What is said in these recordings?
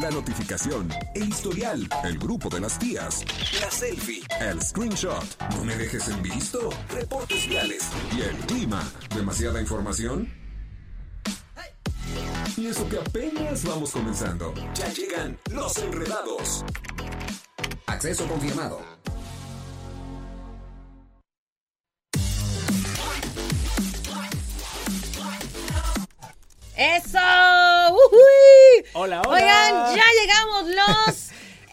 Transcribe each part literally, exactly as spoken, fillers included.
la notificación, el historial, el grupo de las tías, la selfie, el screenshot, no me dejes en visto, reportes viales y el clima. ¿Demasiada información? Y eso que apenas vamos comenzando. Ya llegan los enredados. Acceso confirmado. ¡Eso! ¡Uy! Hola, hola. Oigan, ya llegamos los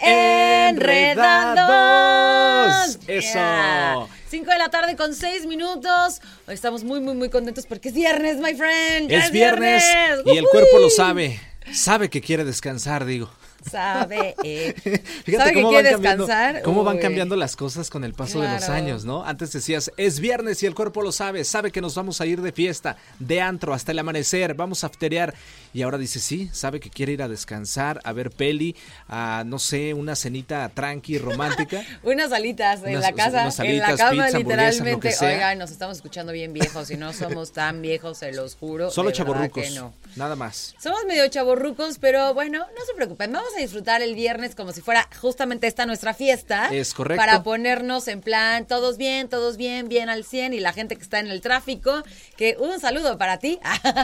enredados. Eso. Yeah. cinco de la tarde con seis minutos. Hoy estamos muy, muy, muy contentos porque es viernes, my friend. Es, es viernes, viernes y el cuerpo lo sabe. Sabe que quiere descansar, digo. Sabe, eh. Fíjate ¿Sabe cómo que van quiere cambiando, descansar? cómo van Uy. cambiando las cosas con el paso Claro. de los años, ¿no? Antes decías, es viernes y el cuerpo lo sabe, sabe que nos vamos a ir de fiesta, de antro hasta el amanecer, vamos a afterear. Y ahora dice, sí, sabe que quiere ir a descansar, a ver peli, a, no sé, una cenita tranqui, romántica. Unas alitas en Unas- la casa, unas alitas, en la cama, pizza, hamburguesa, literalmente. lo que sea. Oigan, nos estamos escuchando bien viejos y no somos tan viejos, se los juro. Solo de verdad chavorrucos, que no. nada más. Somos medio chavorrucos, pero bueno, no se preocupen. Vamos a disfrutar el viernes como si fuera justamente esta nuestra fiesta. Es correcto. Para ponernos en plan, todos bien, todos bien, bien al cien. Y la gente que está en el tráfico, que un saludo para ti.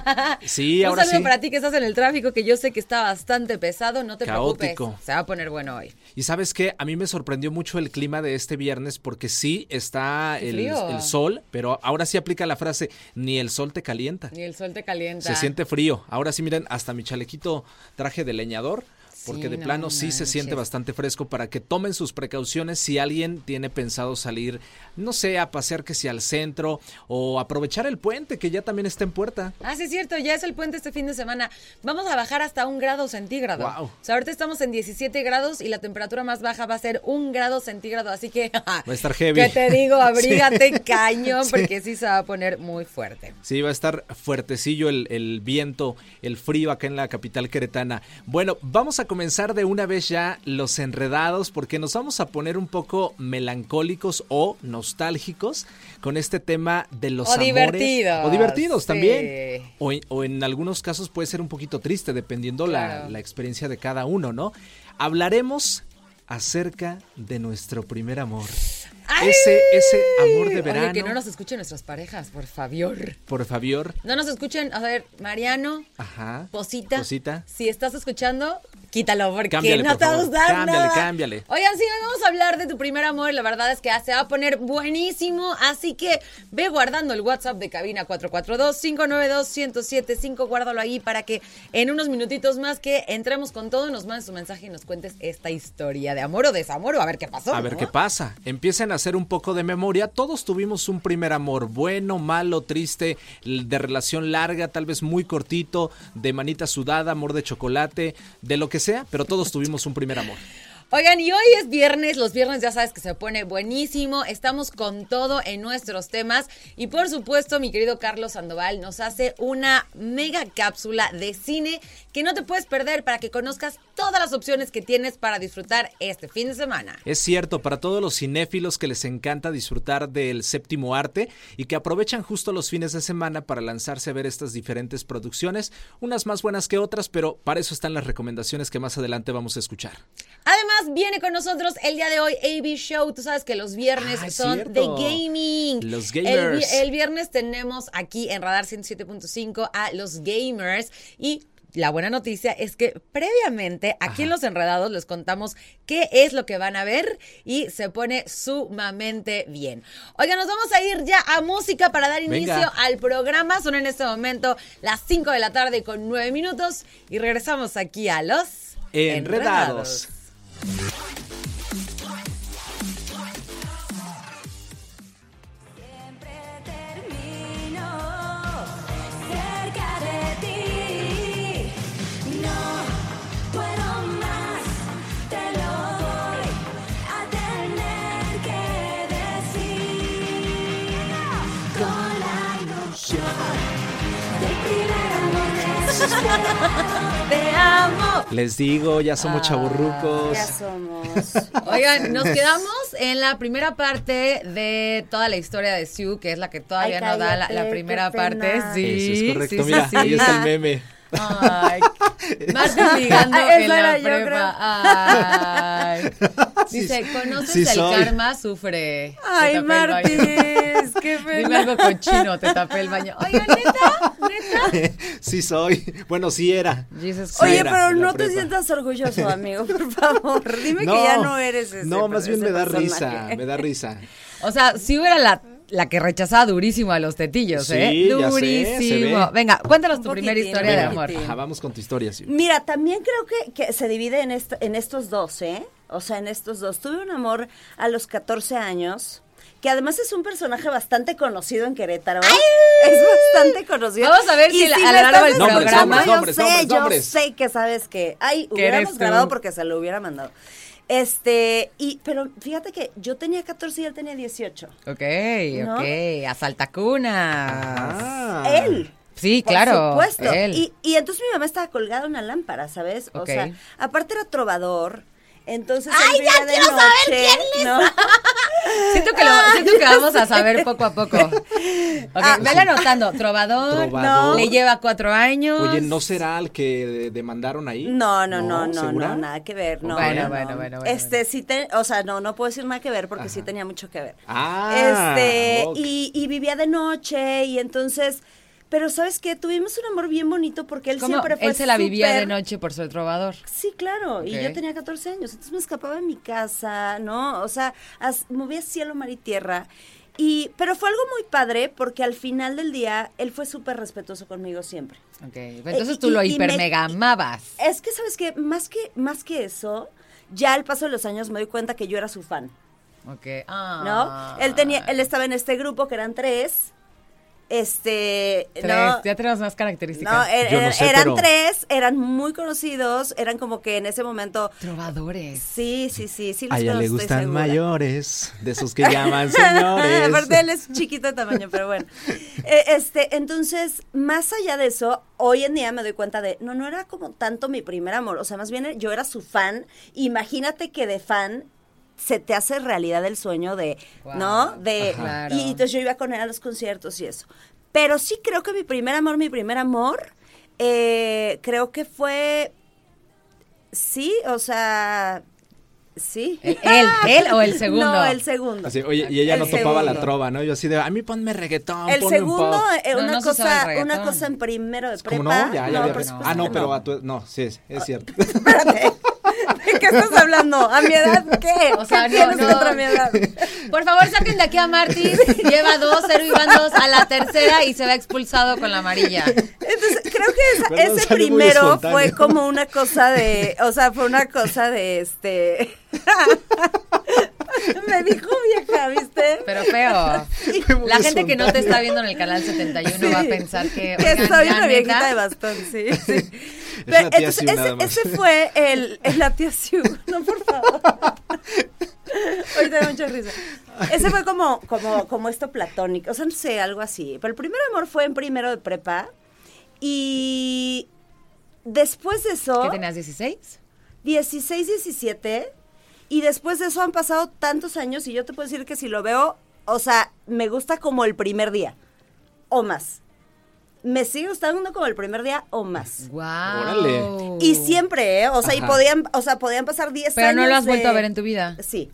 Sí, un ahora saludo sí. para ti que estás en el tráfico, que yo sé que está bastante pesado. No te Caótico. preocupes, se va a poner bueno hoy. Y ¿sabes qué? A mí me sorprendió mucho el clima de este viernes porque sí está el, Frío. el sol, pero ahora sí aplica la frase, ni el sol te calienta. Ni el sol te calienta. Se siente frío. Ahora sí, miren, hasta mi chalequito traje de leñador, porque Sí, de no plano sí se manches. siente bastante fresco para que tomen sus precauciones si alguien tiene pensado salir, no sé, a pasear que sea al centro o aprovechar el puente que ya también está en puerta. Ah, sí es cierto, ya es el puente este fin de semana. Vamos a bajar hasta un grado centígrado. Guau. O sea, ahorita estamos en diecisiete grados y la temperatura más baja va a ser un grado centígrado, así que... Va a estar heavy. ¿Qué te digo? Abrígate Sí. cañón Sí. porque sí se va a poner muy fuerte. Sí, va a estar fuertecillo el, el viento, el frío acá en la capital queretana. Bueno, vamos a comenzar de una vez ya los enredados porque nos vamos a poner un poco melancólicos o nostálgicos con este tema de los O amores. divertidos, O divertidos sí. también. O en, o en algunos casos puede ser un poquito triste dependiendo Claro. la, la experiencia de cada uno, ¿no? Hablaremos acerca de nuestro primer amor. ¡Ay! Ese, ese amor de Oye, verano. que no nos escuchen nuestras parejas, por favor. Por favor. No nos escuchen, a ver, Mariano, Ajá. Posita, Posita. si estás escuchando, quítalo porque Cámbiale, no por te va a favor. gustar Cámbiale, nada. cámbiale. Oigan, sí, hoy vamos a hablar de tu primer amor. La verdad es que se va a poner buenísimo. Así que ve guardando el WhatsApp de cabina cuatro cuatro dos, cinco nueve dos, uno cero siete cinco. Guárdalo ahí para que en unos minutitos más que entremos con todo, nos mandes tu mensaje y nos cuentes esta historia de amor o desamor o a ver qué pasó. A ver ¿no? qué pasa. Empiecen a hacer un poco de memoria. Todos tuvimos un primer amor, bueno, malo, triste, de relación larga, tal vez muy cortito, de manita sudada, amor de chocolate, de lo que sea, pero todos tuvimos un primer amor. Oigan, y hoy es viernes, los viernes ya sabes que se pone buenísimo, estamos con todo en nuestros temas y por supuesto mi querido Carlos Sandoval nos hace una mega cápsula de cine que no te puedes perder para que conozcas todas las opciones que tienes para disfrutar este fin de semana. Es cierto, para todos los cinéfilos que les encanta disfrutar del séptimo arte y que aprovechan justo los fines de semana para lanzarse a ver estas diferentes producciones, unas más buenas que otras, pero para eso están las recomendaciones que más adelante vamos a escuchar. Además, viene con nosotros el día de hoy A B Show. Tú sabes que los viernes Ah, es son cierto. de gaming. Los El, gamers. vi- el viernes tenemos aquí en Radar ciento siete punto cinco a los gamers y... La buena noticia es que previamente aquí Ajá. en Los Enredados les contamos qué es lo que van a ver y se pone sumamente bien. Oigan, nos vamos a ir ya a música para dar Venga. inicio al programa. Son en este momento las cinco de la tarde con nueve minutos y regresamos aquí a Los Enredados. ¡Te amo! Les digo, ya somos chavorrucos. Ya somos. Oigan, nos quedamos en la primera parte de toda la historia de Sue, que es la que todavía Ay, no da la, la cállate, primera qué parte. pena. Sí, Eso es correcto, sí, sí, mira, sí. ahí está el meme. Ay, Martín ligando Esa en la era yo, prepa. Ay. Dice, ¿conoces sí el soy. karma? Sufre. Ay, Te tapé el Martín, baño. qué Dime pena. algo cochino, te tapé el baño. Oiga, neta, neta. Sí soy. Bueno, sí era. Jesus Sí Oye, era, pero en la no te prepa. sientas orgulloso, amigo, por favor. Dime No, que ya no eres ese. No, más bien ese me da personaje. risa, me da risa. O sea, sí era la, la que rechazaba durísimo a los tetillos, Sí, ¿eh? ya sé, Durísimo. se ve. Venga, cuéntanos Un tu primera poquitín, historia un de Venga, amor. poquitín. ajá, vamos con tu historia, sí. Mira, también creo que, que se divide en, est- en estos dos, ¿eh? O sea, en estos dos. Tuve un amor a los catorce años, que además es un personaje bastante conocido en Querétaro. Es bastante conocido. Vamos a ver Y si la- a me lo largo estás del escuchando, programa- yo Nombres, sé, nombres, yo nombres. sé que sabes que, ay, Que hubiéramos eres tú. grabado porque se lo hubiera mandado. Este, y, pero fíjate que yo tenía catorce y él tenía dieciocho. Ok, ¿No? ok. Asaltacunas. Ah. Él. Sí, Por claro. supuesto. Él. Y, y entonces mi mamá estaba colgada en una lámpara, ¿sabes? O Ok. sea, aparte era trovador. Entonces, ¡Ay, él ya vivía de quiero saber noche, quién es! ¿no? Siento que, lo, siento que vamos a saber poco a poco. Ok, Ah, vele anotando. Trovador, Trovador. le lleva cuatro años. Oye, ¿no será el que de- demandaron ahí? No, no, no, no, ¿segura? no, nada que ver, no. Bueno, no, bueno, no. bueno, bueno, Este, bueno. sí, te, o sea, no, no puedo decir nada que ver porque sí tenía mucho que ver. Ah, Este, ok. y, y vivía de noche y entonces, pero ¿sabes qué? Tuvimos un amor bien bonito porque él ¿Cómo? siempre fue Él se la vivía súper- de noche por ser trovador. Sí, claro, y Ok. yo tenía catorce años, entonces me escapaba de mi casa, ¿no? O sea, as- movía cielo, mar y tierra. Y, pero fue algo muy padre porque al final del día él fue súper respetuoso conmigo siempre. Ok, entonces Eh, tú y- lo y hiper me- mega amabas. Es que, ¿sabes qué? Más que, más que eso, ya al paso de los años me doy cuenta que yo era su fan, Ok. ¿no? Ah. Él tenía, él estaba en este grupo que eran tres, este, Tres, no, ya tenemos más características. no, er- Yo no er- sé, eran pero- tres, eran muy conocidos, eran como que en ese momento, Trovadores. sí, sí, sí, sí los A ella le conozco, estoy gustan segura. mayores, de esos que llaman señores. Aparte él es chiquito de tamaño, pero bueno. Eh, este, entonces, más allá de eso, hoy en día me doy cuenta de, no, no era como tanto mi primer amor, o sea, más bien yo era su fan. Imagínate que de fan se te hace realidad el sueño de, Wow. ¿no? De, Ajá. Claro. y, y entonces yo iba con él a los conciertos y eso. Pero sí creo que mi primer amor, mi primer amor, eh, creo que fue, sí, o sea, sí. ¿Él, él, él o el segundo? No, el segundo. Así, oye, y ella El no topaba la segundo. trova, ¿no? Yo así de, a mí ponme reggaetón, El ponme un segundo, pop. eh, No, una no se usaba cosa, el una reggaetón. cosa en primero de prepa. ¿Cómo no? Ya, ya había- por no. supuesto Ah, no, que pero a tu... No, sí, es, es cierto. Espérate. ¿De qué estás hablando? ¿A mi edad qué? O sea, ¿Qué no, tienes no. contra mi edad? Por favor, saquen de aquí a Martis. Lleva dos, cero y van dos a la tercera y se va expulsado con la amarilla. Entonces, creo que esa- Perdón, ese salió muy primero espontáneo. fue como una cosa de, o sea, fue una cosa de este... Me dijo vieja, ¿viste? Pero feo. Fue muy La gente que no te espontáneo. está viendo en el canal setenta y uno va a Sí. pensar que... Que oigan, soy ya, una viejita ¿neta? de bastón, sí. sí. Es Pero la tía entonces, Siu, nada ese, más. ese fue el, el la tía Siu. No, por favor. Hoy te da mucha risa. Ese fue como, como, como esto platónico, o sea, no sé, algo así. Pero el primer amor fue en primero de prepa. Y después de eso, ¿Qué tenías, dieciséis? dieciséis, diecisiete. Y después de eso han pasado tantos años y yo te puedo decir que si lo veo, o sea, me gusta como el primer día o más. Me sigue gustando como el primer día o más. Wow. Órale. Y siempre, ¿eh? O sea, y Ajá. podían, o sea, podían pasar diez Pero años. no lo has de- vuelto a ver en tu vida. Sí.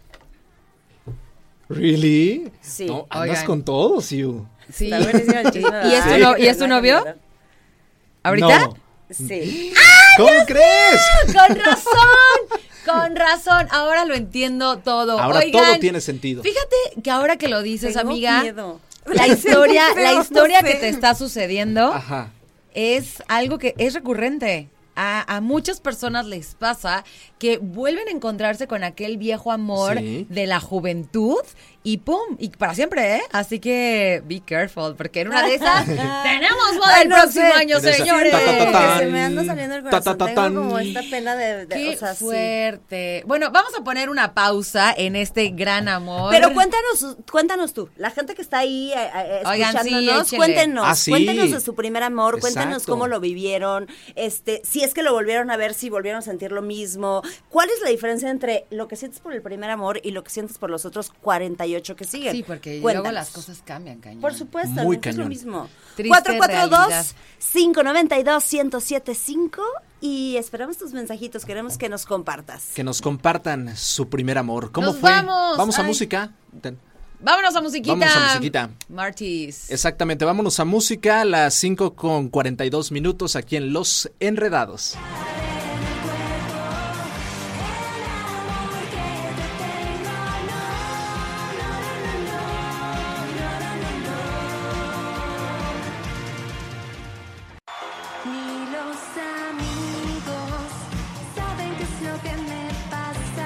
¿Really? Sí. No, andas Oigan. con todo, Siu. Sí. Está buenísimo el chisme, ¿Y es tu, ¿verdad? no- ¿y es tu No, novio? no. ¿Ahorita? No. Sí. ¿Cómo crees? Con razón, con razón. Ahora lo entiendo todo. Ahora Oigan, todo tiene sentido. Fíjate que ahora que lo dices, Tengo amiga, miedo. la historia, Muy la feo, historia no que sé. te está sucediendo Ajá. es algo que es recurrente. A, a muchas personas les pasa que vuelven a encontrarse con aquel viejo amor Sí. de la juventud y pum, y para siempre, ¿eh? Así que be careful, porque en una de esas tenemos boda Ay, el no próximo sé. año, En esa- señores. ta, ta, ta, ta. Que se me anda saliendo el Ta, corazón. ta, ta, Tengo tan. como esta pena de, de- Qué o sea, sí. fuerte. Bueno, vamos a poner una pausa en este gran amor. Pero cuéntanos, cuéntanos tú, la gente que está ahí eh, eh, Oigan, sí, escuchándonos, échenle. cuéntenos, Ah, sí. cuéntenos de su primer amor, cuéntenos Exacto. cómo lo vivieron, este, si si es que lo volvieron a ver, si volvieron a sentir lo mismo. ¿Cuál es la diferencia entre lo que sientes por el primer amor y lo que sientes por los otros cuarenta y ocho que siguen? Sí, porque Cuéntanos. luego las cosas cambian, cañón. Por supuesto, Muy nunca es cañón. lo mismo. Triste cuatro cuatro dos, realidad. cinco nueve dos, uno cero siete cinco y esperamos tus mensajitos, queremos que nos compartas. Que nos compartan su primer amor. ¿Cómo ¡Nos fue? vamos! Vamos a Ay. música. Ten- Vámonos a musiquita. Vámonos a musiquita. Martis. Exactamente, vámonos a música a las cinco con cuarenta y dos minutos aquí en Los Enredados. Ni los amigos saben qué es lo que me pasa.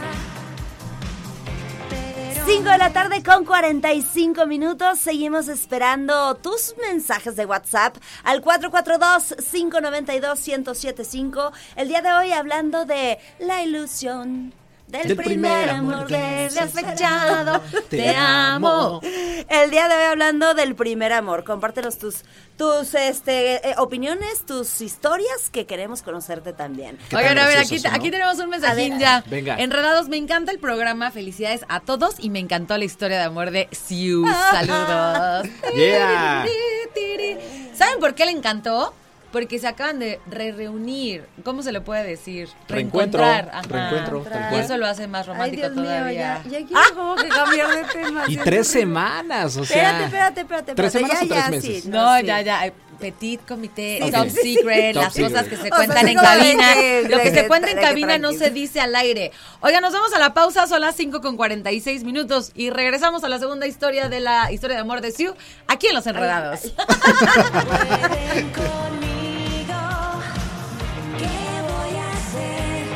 Pero cinco de la tarde con cuarenta y cinco minutos. Seguimos esperando tus mensajes de WhatsApp al cuatro cuatro dos, cinco nueve dos, uno cero siete cinco. El día de hoy hablando de la ilusión del, Del primer, primer amor amor que que le has se fechado. Te Te amo. amo. El día de hoy hablando del primer amor. Compártenos tus tus este eh, opiniones, tus historias, que queremos conocerte también. Qué Oigan, tan a ver, gracioso aquí, eso, ¿no? aquí tenemos un mensajín A ver, ya. venga. Enredados, me encanta el programa. Felicidades a todos y me encantó la historia de amor de Siu. Saludos. Yeah. ¿Saben por qué le encantó? Porque se acaban de re reunir. ¿Cómo se le puede decir? Reencuentro, Reencontrar. Ajá. reencuentro, tal Y cual. eso lo hace más romántico Ay, Dios todavía. mío, ya, ya quiero como que cambiar de tema. Y ¿sí? tres semanas, o sea. Espérate, espérate, espérate. ¿Tres espérate, semanas ya, o tres ya, meses? sí, No, sí. ya, ya. eh, Petit comité, Sí, top sí. secret, Top las secret. cosas que se O sea, cuentan así en como de cabina. que- Lo que de se que- cuenta en de que cabina no tranquilo. se dice al aire. Oiga, nos vamos a la pausa, son las cinco con cuarenta y seis minutos y regresamos a la segunda historia de la historia de amor de Siu, aquí en Los Enredados. pueden conmigo, ¿qué voy a hacer?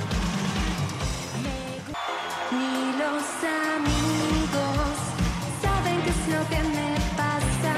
Me- Ni los amigos saben qué es lo que me pasa,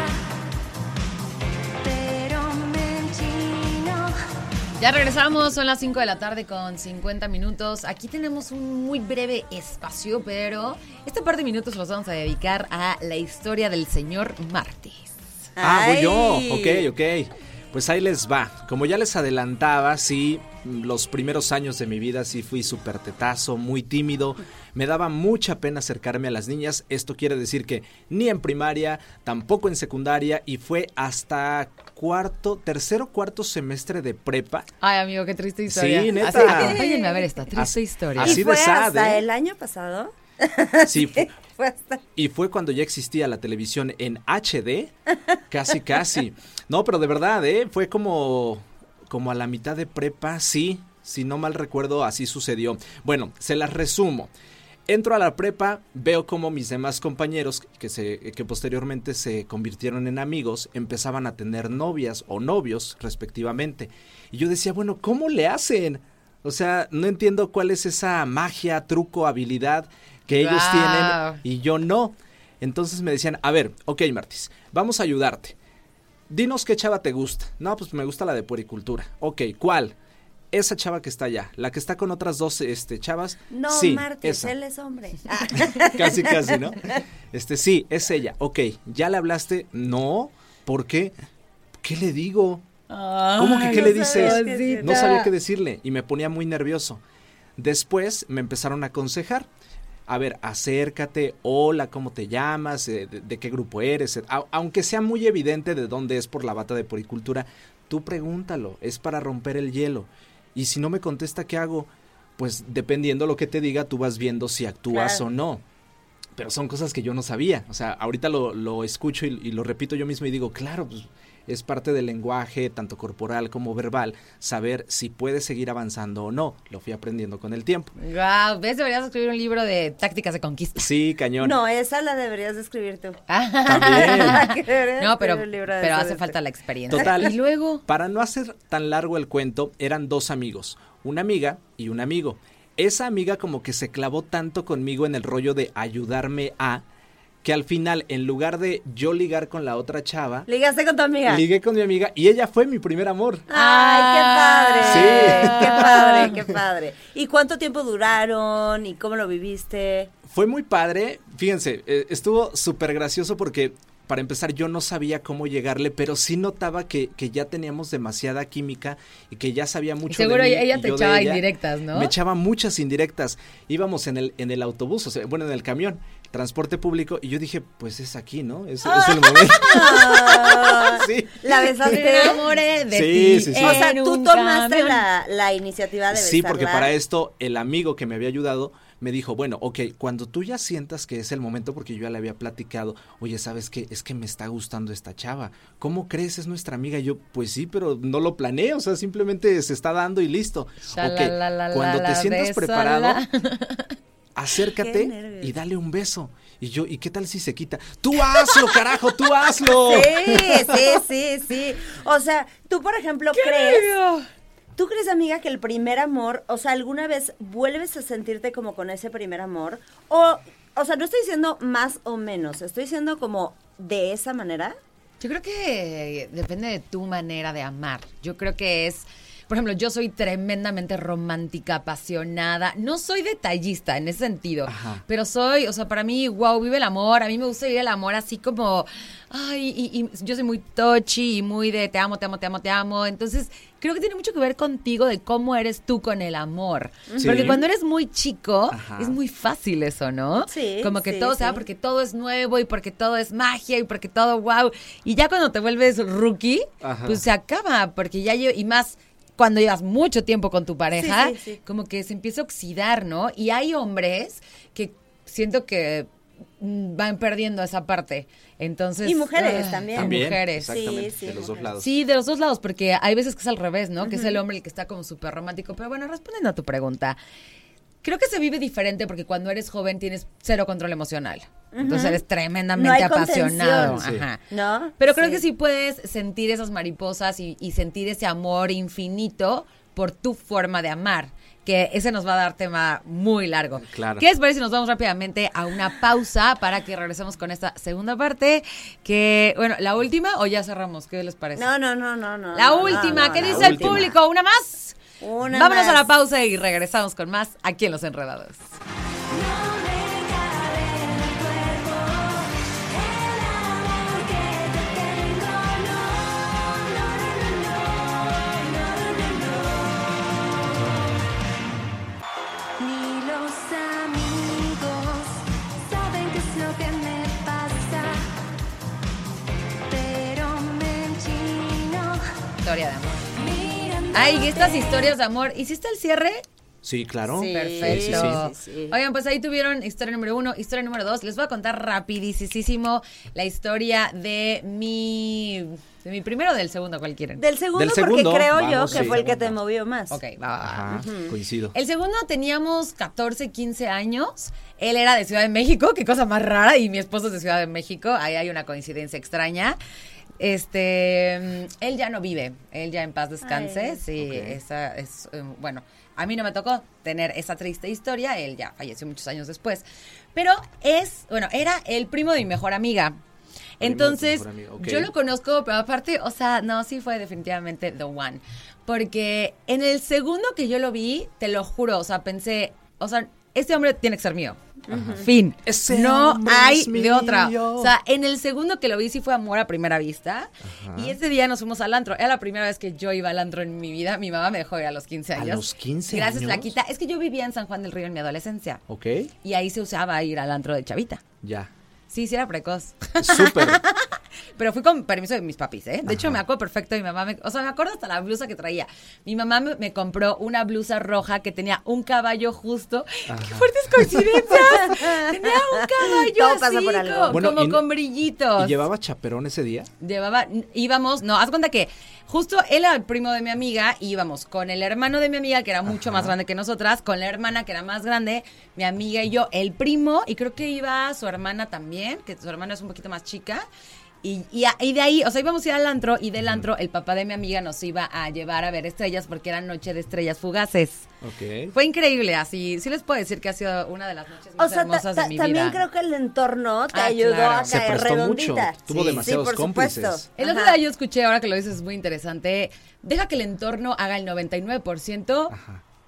pero me enchino. Ya regresamos, son las cinco de la tarde con cincuenta minutos. Aquí tenemos un muy breve espacio, pero este par de minutos los vamos a dedicar a la historia del señor Martis. Ah, voy yo. Ay. Ok, ok. Pues ahí les va. Como ya les adelantaba, sí, los primeros años de mi vida sí fui súper tetazo, muy tímido. Me daba mucha pena acercarme a las niñas. Esto quiere decir que ni en primaria, tampoco en secundaria, y fue hasta cuarto, tercero, cuarto semestre de prepa. Ay, amigo, qué triste historia. Sí, neta. Así, acompáñenme a ver esta triste Así- historia. así ¿Y de fue sad, hasta ¿eh? el año pasado? Sí, fu- Fue hasta... y fue cuando ya existía la televisión en H D, casi, casi. No, pero de verdad, ¿eh? Fue como, como a la mitad de prepa, sí, si no mal recuerdo, así sucedió. Bueno, se las resumo. Entro a la prepa, veo como mis demás compañeros, que, se, que posteriormente se convirtieron en amigos, empezaban a tener novias o novios, respectivamente. Y yo decía, bueno, ¿cómo le hacen? O sea, no entiendo cuál es esa magia, truco, habilidad que ellos Wow. tienen y yo no. Entonces me decían, a ver, ok, Martis, vamos a ayudarte. Dinos qué chava te gusta. No, pues me gusta la de puericultura. Ok, ¿cuál? Esa chava que está allá, la que está con otras dos este, chavas. No, sí, Martes, esa. él es hombre. Ah. Casi, casi, ¿no? Este, sí, es ella. Ok, ¿ya le hablaste? No, ¿por qué? ¿Qué le digo? ¿Cómo que qué no le dices? sabía qué decir. No sabía qué decirle y me ponía muy nervioso. Después me empezaron a aconsejar. A ver, acércate, hola, ¿cómo te llamas? ¿De, de, de qué grupo eres? A, aunque sea muy evidente de dónde es por la bata de puericultura, tú pregúntalo, es para romper el hielo. Y si no me contesta, ¿qué hago? Pues dependiendo lo que te diga, tú vas viendo si actúas Claro. o no. Pero son cosas que yo no sabía. O sea, ahorita lo, lo escucho y, y lo repito yo mismo y digo, claro, pues es parte del lenguaje, tanto corporal como verbal, saber si puedes seguir avanzando o no. Lo fui aprendiendo con el tiempo. Wow, ¿ves? Deberías escribir un libro de tácticas de conquista. Sí, cañón. No, esa la deberías de escribir tú. También. Deberías No, pero, escribir un libro de pero eso, hace de falta eso. la experiencia. Total. Y luego, Para no hacer tan largo el cuento, eran dos amigos, una amiga y un amigo. Esa amiga como que se clavó tanto conmigo en el rollo de ayudarme a, que al final, en lugar de yo ligar con la otra chava, Ligaste con tu amiga. ligué con mi amiga y ella fue mi primer amor. Ay, qué padre. Sí. Qué padre, qué padre. ¿Y cuánto tiempo duraron? ¿Y cómo lo viviste? Fue muy padre, fíjense, eh, estuvo súper gracioso porque para empezar, yo no sabía cómo llegarle, pero sí notaba que, que ya teníamos demasiada química y que ya sabía mucho Seguro de mí. ella y te yo de echaba ella. indirectas, ¿no? Me echaba muchas indirectas. Íbamos en el, en el autobús, o sea, bueno, en el camión, transporte público, y yo dije, pues es aquí, ¿no? Es, es el momento. Ah, Sí. ¿La Me besaste? enamoré de Sí, ti. sí, sí. O sea, en tú un tomaste camión. la, la iniciativa de besarla. Sí, porque para esto el amigo que me había ayudado me dijo, bueno, ok, cuando tú ya sientas que es el momento, porque yo ya le había platicado, oye, ¿sabes qué? Es que me está gustando esta chava. ¿Cómo crees? Es nuestra amiga. Y yo, pues sí, pero no lo planeé, o sea, simplemente se está dando y listo. Ok, Shalalala, cuando te sientas bésala. preparado, acércate Qué nervios. y dale un beso. Y yo, ¿y qué tal si se quita? ¡Tú hazlo, carajo! ¡Tú hazlo! Sí, sí, sí, sí. O sea, tú, por ejemplo, crees... ¿Tú crees, amiga, que el primer amor, o sea, alguna vez vuelves a sentirte como con ese primer amor? O, o sea, no estoy diciendo más o menos, estoy diciendo como de esa manera. Yo creo que depende de tu manera de amar. Yo creo que es, por ejemplo, yo soy tremendamente romántica, apasionada. No soy detallista en ese sentido, Ajá. pero soy, o sea, para mí, wow, vive el amor. A mí me gusta vivir el amor así como, ay, y, y yo soy muy touchy y muy de te amo, te amo, te amo, te amo. Entonces, creo que tiene mucho que ver contigo de cómo eres tú con el amor. Sí. Porque cuando eres muy chico, Ajá. es muy fácil eso, ¿no? Sí, Como que sí, todo se da sí. porque todo es nuevo y porque todo es magia y porque todo wow. Y ya cuando te vuelves rookie, Ajá. pues se acaba, porque ya yo, y más cuando llevas mucho tiempo con tu pareja, Sí, sí, sí. como que se empieza a oxidar, ¿no? Y hay hombres que siento que mm, van perdiendo esa parte. Entonces, Y mujeres ah, también. y También, mujeres. exactamente, Sí, sí, de los dos mujeres. lados. Sí, de los dos lados, porque hay veces que es al revés, ¿no? Que es el hombre el que está como súper romántico. Pero bueno, respondiendo a tu pregunta, creo que se vive diferente porque cuando eres joven tienes cero control emocional. Entonces eres tremendamente No hay apasionado. contención. Sí. Ajá. ¿No? Pero creo Sí. que sí puedes sentir esas mariposas y, y sentir ese amor infinito por tu forma de amar. Que ese nos va a dar tema muy largo. Claro. ¿Qué les parece si nos vamos rápidamente a una pausa para que regresemos con esta segunda parte? Que, bueno, ¿la última o ya cerramos? ¿Qué les parece? No, no, no, no, no. La no, última, no, ¿qué la dice el última. público? ¿Una más? Una Vámonos a más. la pausa y regresamos con más aquí en Los Enredados. No me cabe en el cuerpo el amor que te tengo. No, no, no, no, no, no, no. Ni los amigos saben qué es lo que me pasa, pero me enchino. Historia de amor. Mirándote. Ay, estas historias de amor. ¿Hiciste el cierre? Sí, claro. Sí. Perfecto. Sí, sí, sí. Oigan, pues ahí tuvieron historia número uno, historia número dos. Les voy a contar rapidísimo la historia de mi... ¿De mi primero o del segundo? ¿Cuál quieren? Del segundo, Del segundo, porque creo yo vamos, que sí. fue el que te movió más. Ok, va, va, va. Ajá, coincido. El segundo teníamos catorce, quince años. Él era de Ciudad de México, qué cosa más rara, y mi esposo es de Ciudad de México. Ahí hay una coincidencia extraña. Este, mm, él ya no vive, él ya en paz descanse. Ay. Sí, Ok. esa es, eh, bueno, a mí no me tocó tener esa triste historia, él ya falleció muchos años después. Pero es, bueno, era el primo de mi mejor amiga. tu Entonces, mejor amiga, ok. yo lo conozco, pero aparte, o sea, no, sí fue definitivamente the one. Porque en el segundo que yo lo vi, te lo juro, o sea, pensé, o sea, este hombre tiene que ser mío. Fin. Ese no hombre hay es de otra. mío. O sea, en el segundo que lo vi sí fue amor a primera vista. Y ese día nos fuimos al antro. Era la primera vez que yo iba al antro en mi vida. Mi mamá me dejó ir a los quince ¿A años. los quince Gracias, años? Flaquita. Es que yo vivía en San Juan del Río en mi adolescencia. ¿Ok? Y ahí se usaba ir al antro de chavita. Ya. Sí, sí era precoz. Súper. Pero fui con permiso de mis papis, ¿eh? De hecho, Ajá. me acuerdo perfecto. Mi mamá me... O sea, me acuerdo hasta la blusa que traía. Mi mamá me, me compró una blusa roja que tenía un caballo justo. ¡Qué fuertes coincidencias! Tenía un caballo Todo así, pasa por algo. co- Bueno, como y- con brillitos. ¿Y llevaba chaperón ese día? Llevaba, íbamos, no, haz cuenta que justo él era el primo de mi amiga y íbamos con el hermano de mi amiga, que era mucho Ajá. más grande que nosotras, con la hermana que era más grande, mi amiga y yo, el primo, y creo que iba su hermana también, que su hermana es un poquito más chica. Y, y, a- y de ahí, o sea, íbamos a ir al antro y del antro el papá de mi amiga nos iba a llevar a ver estrellas porque era noche de estrellas fugaces. Ok. Fue increíble, así, sí les puedo decir que ha sido una de las noches O más sea, ta- hermosas ta- de mi también vida. creo que el entorno te Ah, ayudó claro. a Se caer prestó redondita. mucho. Tuvo Sí. demasiados Sí, por cómplices. supuesto. El otro Ajá. día yo escuché, ahora que lo dices es muy interesante, deja que el entorno haga el noventa y nueve por ciento Ajá.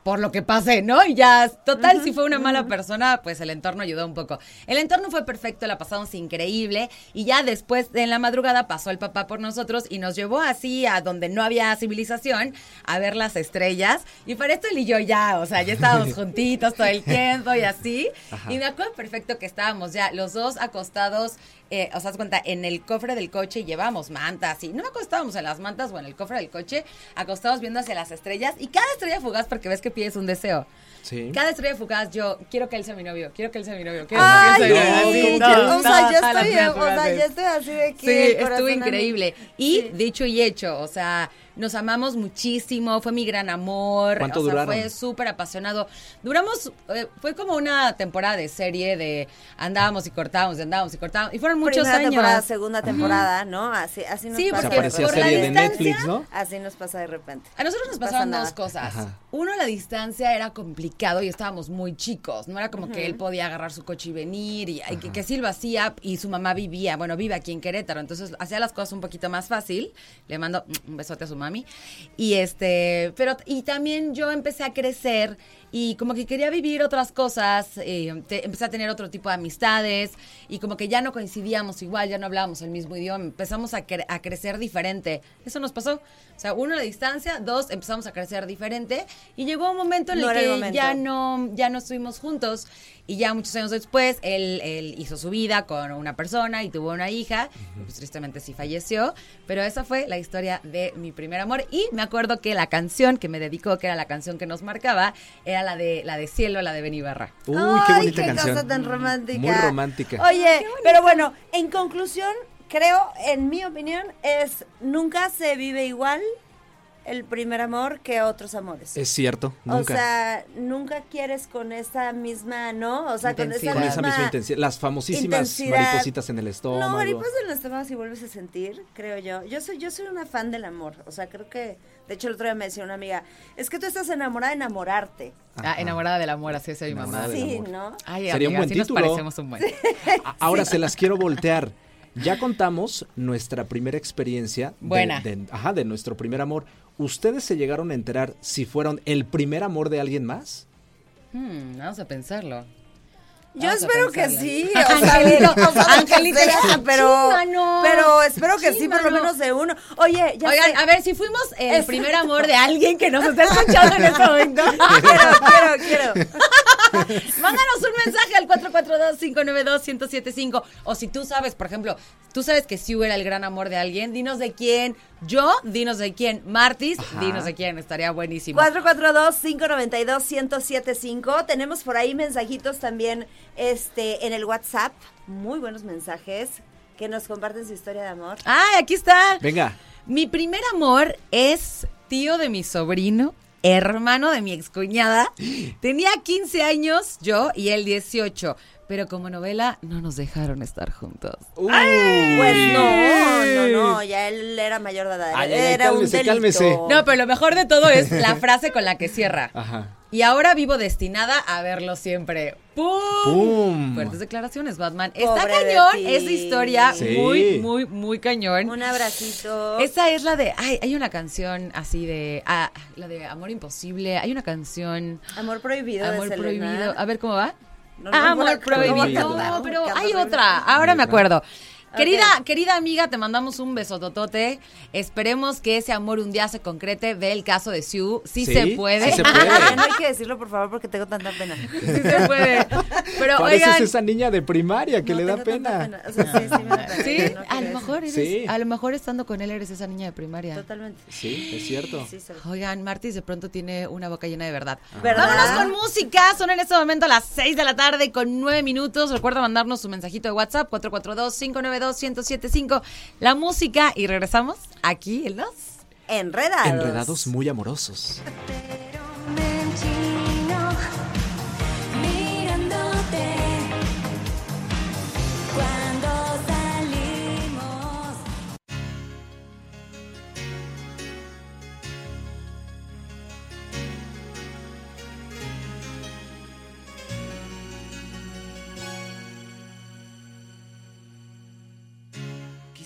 por lo que pasé, ¿no? Y ya, total, uh-huh, si fue una uh-huh. mala persona, pues el entorno ayudó un poco. El entorno fue perfecto, la pasamos increíble, y ya después, en la madrugada, pasó el papá por nosotros y nos llevó así a donde no había civilización, a ver las estrellas, y para esto él y yo ya, o sea, ya estábamos juntitos todo el tiempo y así, Ajá. y me acuerdo perfecto que estábamos ya los dos acostados, eh, o sea, haz cuenta, en el cofre del coche y llevábamos mantas, y no me acostábamos en las mantas o en el cofre del coche, acostados viendo hacia las estrellas, y cada estrella fugaz, porque ves que pides un deseo. Sí. Cada estrella fugaz, yo quiero que él sea mi novio, quiero que él sea mi novio, quiero Ay, que él sea mi novio. No, no, o sea, yo estoy, o sea, yo estoy así de que sí, estuvo increíble. Y sí. dicho y hecho, o sea, nos amamos muchísimo, fue mi gran amor. ¿Cuánto o sea, duraron? Fue súper apasionado. Duramos, eh, fue como una temporada de serie de andábamos y cortábamos, andábamos y cortábamos. Y fueron muchos Primera años. temporada, segunda temporada, uh-huh. ¿no? Así, así nos sí, pasa. porque parecía por serie la de distancia, Netflix, ¿no? Así nos pasa de repente. A nosotros nos no pasaron pasa dos cosas. Ajá. Uno, la distancia era complicado y estábamos muy chicos. No era como uh-huh. que él podía agarrar su coche y venir. Y, y que, que sí lo hacía y su mamá vivía, bueno, vive aquí en Querétaro. Entonces hacía las cosas un poquito más fácil. Le mando un besote a su mami. Y este, pero, y también yo empecé a crecer y como que quería vivir otras cosas, eh, te, empecé a tener otro tipo de amistades y como que ya no coincidíamos igual, ya no hablábamos el mismo idioma, empezamos a, cre- a crecer diferente. Eso nos pasó. O sea, uno, la distancia, dos, empezamos a crecer diferente y llegó un momento en no el el que momento. ya no ya no estuvimos juntos y ya muchos años después él, él hizo su vida con una persona y tuvo una hija, uh-huh. y pues tristemente sí falleció, pero esa fue la historia de mi primer amor y me acuerdo que la canción que me dedicó, que era la canción que nos marcaba, era la de la de Cielo, la de Ben Ibarra. Uy, Ay, qué bonita qué canción. cosa tan romántica. Muy romántica. Oye, pero bueno, en conclusión, creo, en mi opinión, es nunca se vive igual el primer amor que otros amores. Es cierto, nunca. O sea, nunca quieres con esa misma, ¿no? O sea, intensidad. con esa Con esa misma, misma intensidad. Las famosísimas intensidad. maripositas en el estómago. No, mariposas en el estómago si vuelves a sentir, creo yo. Yo soy yo soy una fan del amor. O sea, creo que, de hecho, el otro día me decía una amiga, es que tú estás enamorada de enamorarte. Ah, enamorada del amor, así es mi mamá. Sí, ¿no? Ay, Sería amiga, un buen sí título. Nos parecemos un buen. Ahora sí. Se las quiero voltear. Ya contamos nuestra primera experiencia de, Buena. de, ajá, de nuestro primer amor. ¿Ustedes se llegaron a enterar si fueron el primer amor de alguien más? Hmm, vamos a pensarlo. Yo Vamos a espero que pensarle. sí, o sea, Angelito, o sea, Angelito, que sea, pero, chímano, pero espero que sí, por lo chímano. menos de uno. Oye, ya Oigan, sé. a ver, si fuimos el Exacto. primer amor de alguien que nos está escuchando en este momento. quiero, quiero, quiero. Mándanos un mensaje al cuatro cuatro dos, cinco nueve dos, uno cero siete cinco. O si tú sabes, por ejemplo, tú sabes que sí era el gran amor de alguien, dinos de quién. Yo, dinos de quién. Martis, Ajá. dinos de quién. Estaría buenísimo. cuatro cuatro dos, cinco nueve dos, uno cero siete cinco. Tenemos por ahí mensajitos también este, en el WhatsApp. Muy buenos mensajes que nos comparten su historia de amor. Ay, aquí está. Venga. Mi primer amor es tío de mi sobrino, hermano de mi excuñada. Tenía quince años yo y él dieciocho. Pero como novela no nos dejaron estar juntos. Uy. Pues no, no, no, ya él era mayor de edad. Ay, ay, era cálmese, un delito. cálmese. No, pero lo mejor de todo es la frase con la que cierra. Ajá. Y ahora vivo destinada a verlo siempre. ¡Pum! ¡Pum! Fuertes declaraciones, Batman. Está Pobre de cañón ti. esa historia. Sí. Muy, muy, muy cañón. Un abracito. Esa es la de... Ay, hay una canción así de... Ah, la de Amor Imposible. Hay una canción... Amor prohibido Amor de Selena. prohibido. A ver, ¿cómo va? No, no, Amor no, prohibido. no, No, no, pero no, hay no, otra. no, Ahora me acuerdo. Querida, Ok. querida amiga, te mandamos un besototote. Esperemos que ese amor un día se concrete. Ve el caso de Sue. Sí, Sí, se puede. sí se puede. Ya no hay que decirlo, por favor, porque tengo tanta pena. Sí se puede. Pero Pareces oigan, esa niña de primaria que No, le da tengo tanta pena. O sea, sí, sí me da pena. sí, No a quería lo decir. mejor eres, Sí. a lo mejor estando con él eres esa niña de primaria. Totalmente. Sí, es cierto. Sí, sí. Oigan, Martis de pronto tiene una boca llena de verdad. ¿Verdad? Vámonos con música. Son en este momento las seis de la tarde con nueve minutos. Recuerda mandarnos su mensajito de WhatsApp cuatro cuatro dos, cinco nueve dos, uno cero siete cinco. La música y regresamos aquí en los... Enredados. Enredados muy amorosos. Pero me enchino mirándote cuando salimos. Quizás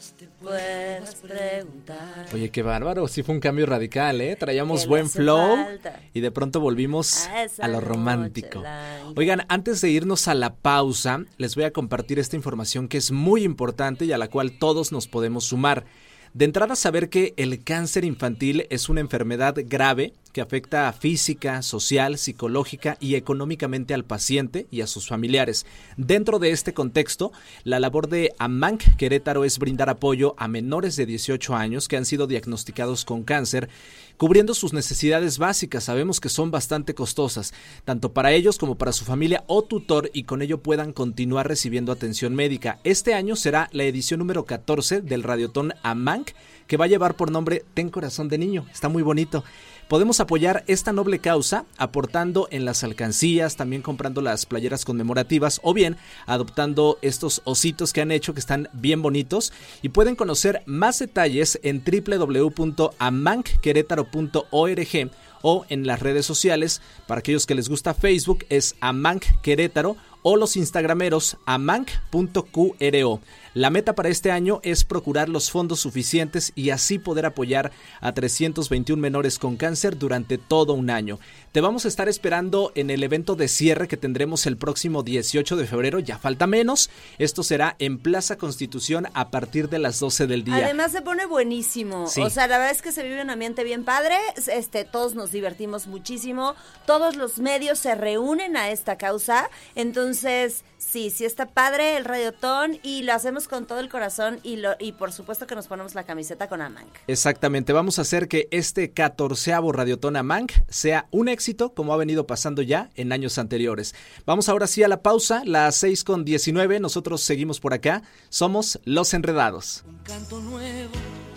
te puedas preguntar. Oye, qué bárbaro, sí fue un cambio radical, ¿eh? Traíamos ¿Qué le buen hace flow falta? y de pronto volvimos A esa a lo noche romántico. blanca. Oigan, antes de irnos a la pausa, les voy a compartir esta información que es muy importante y a la cual todos nos podemos sumar. De entrada, saber que el cáncer infantil es una enfermedad grave que afecta física, social, psicológica y económicamente al paciente y a sus familiares. Dentro de este contexto, la labor de AMANC Querétaro es brindar apoyo a menores de dieciocho años que han sido diagnosticados con cáncer, cubriendo sus necesidades básicas. Sabemos que son bastante costosas, tanto para ellos como para su familia o tutor, y con ello puedan continuar recibiendo atención médica. Este año será la edición número catorce del Radiotón AMANC, que va a llevar por nombre Ten Corazón de Niño. Está muy bonito. Podemos apoyar esta noble causa aportando en las alcancías, también comprando las playeras conmemorativas o bien adoptando estos ositos que han hecho que están bien bonitos, y pueden conocer más detalles en doble u doble u doble u punto amanc querétaro punto org o en las redes sociales. Para aquellos que les gusta Facebook es AMANC Querétaro o los instagrameros amanc punto qro. La meta para este año es procurar los fondos suficientes y así poder apoyar a trescientos veintiún menores con cáncer durante todo un año. Te vamos a estar esperando en el evento de cierre que tendremos el próximo dieciocho de febrero, ya falta menos. Esto será en Plaza Constitución a partir de las doce del día. Además se pone buenísimo, Sí. o sea, la verdad es que se vive un ambiente bien padre, este, todos nos divertimos muchísimo, todos los medios se reúnen a esta causa, entonces sí, sí está padre el Radiotón y lo hacemos con todo el corazón y, lo, y por supuesto que nos ponemos la camiseta con AMANC. Exactamente, vamos a hacer que este catorceavo Radiotón AMANC sea un éxito como ha venido pasando ya en años anteriores. Vamos ahora sí a la pausa, las seis con diecinueve, nosotros seguimos por acá, somos Los Enredados. Un canto nuevo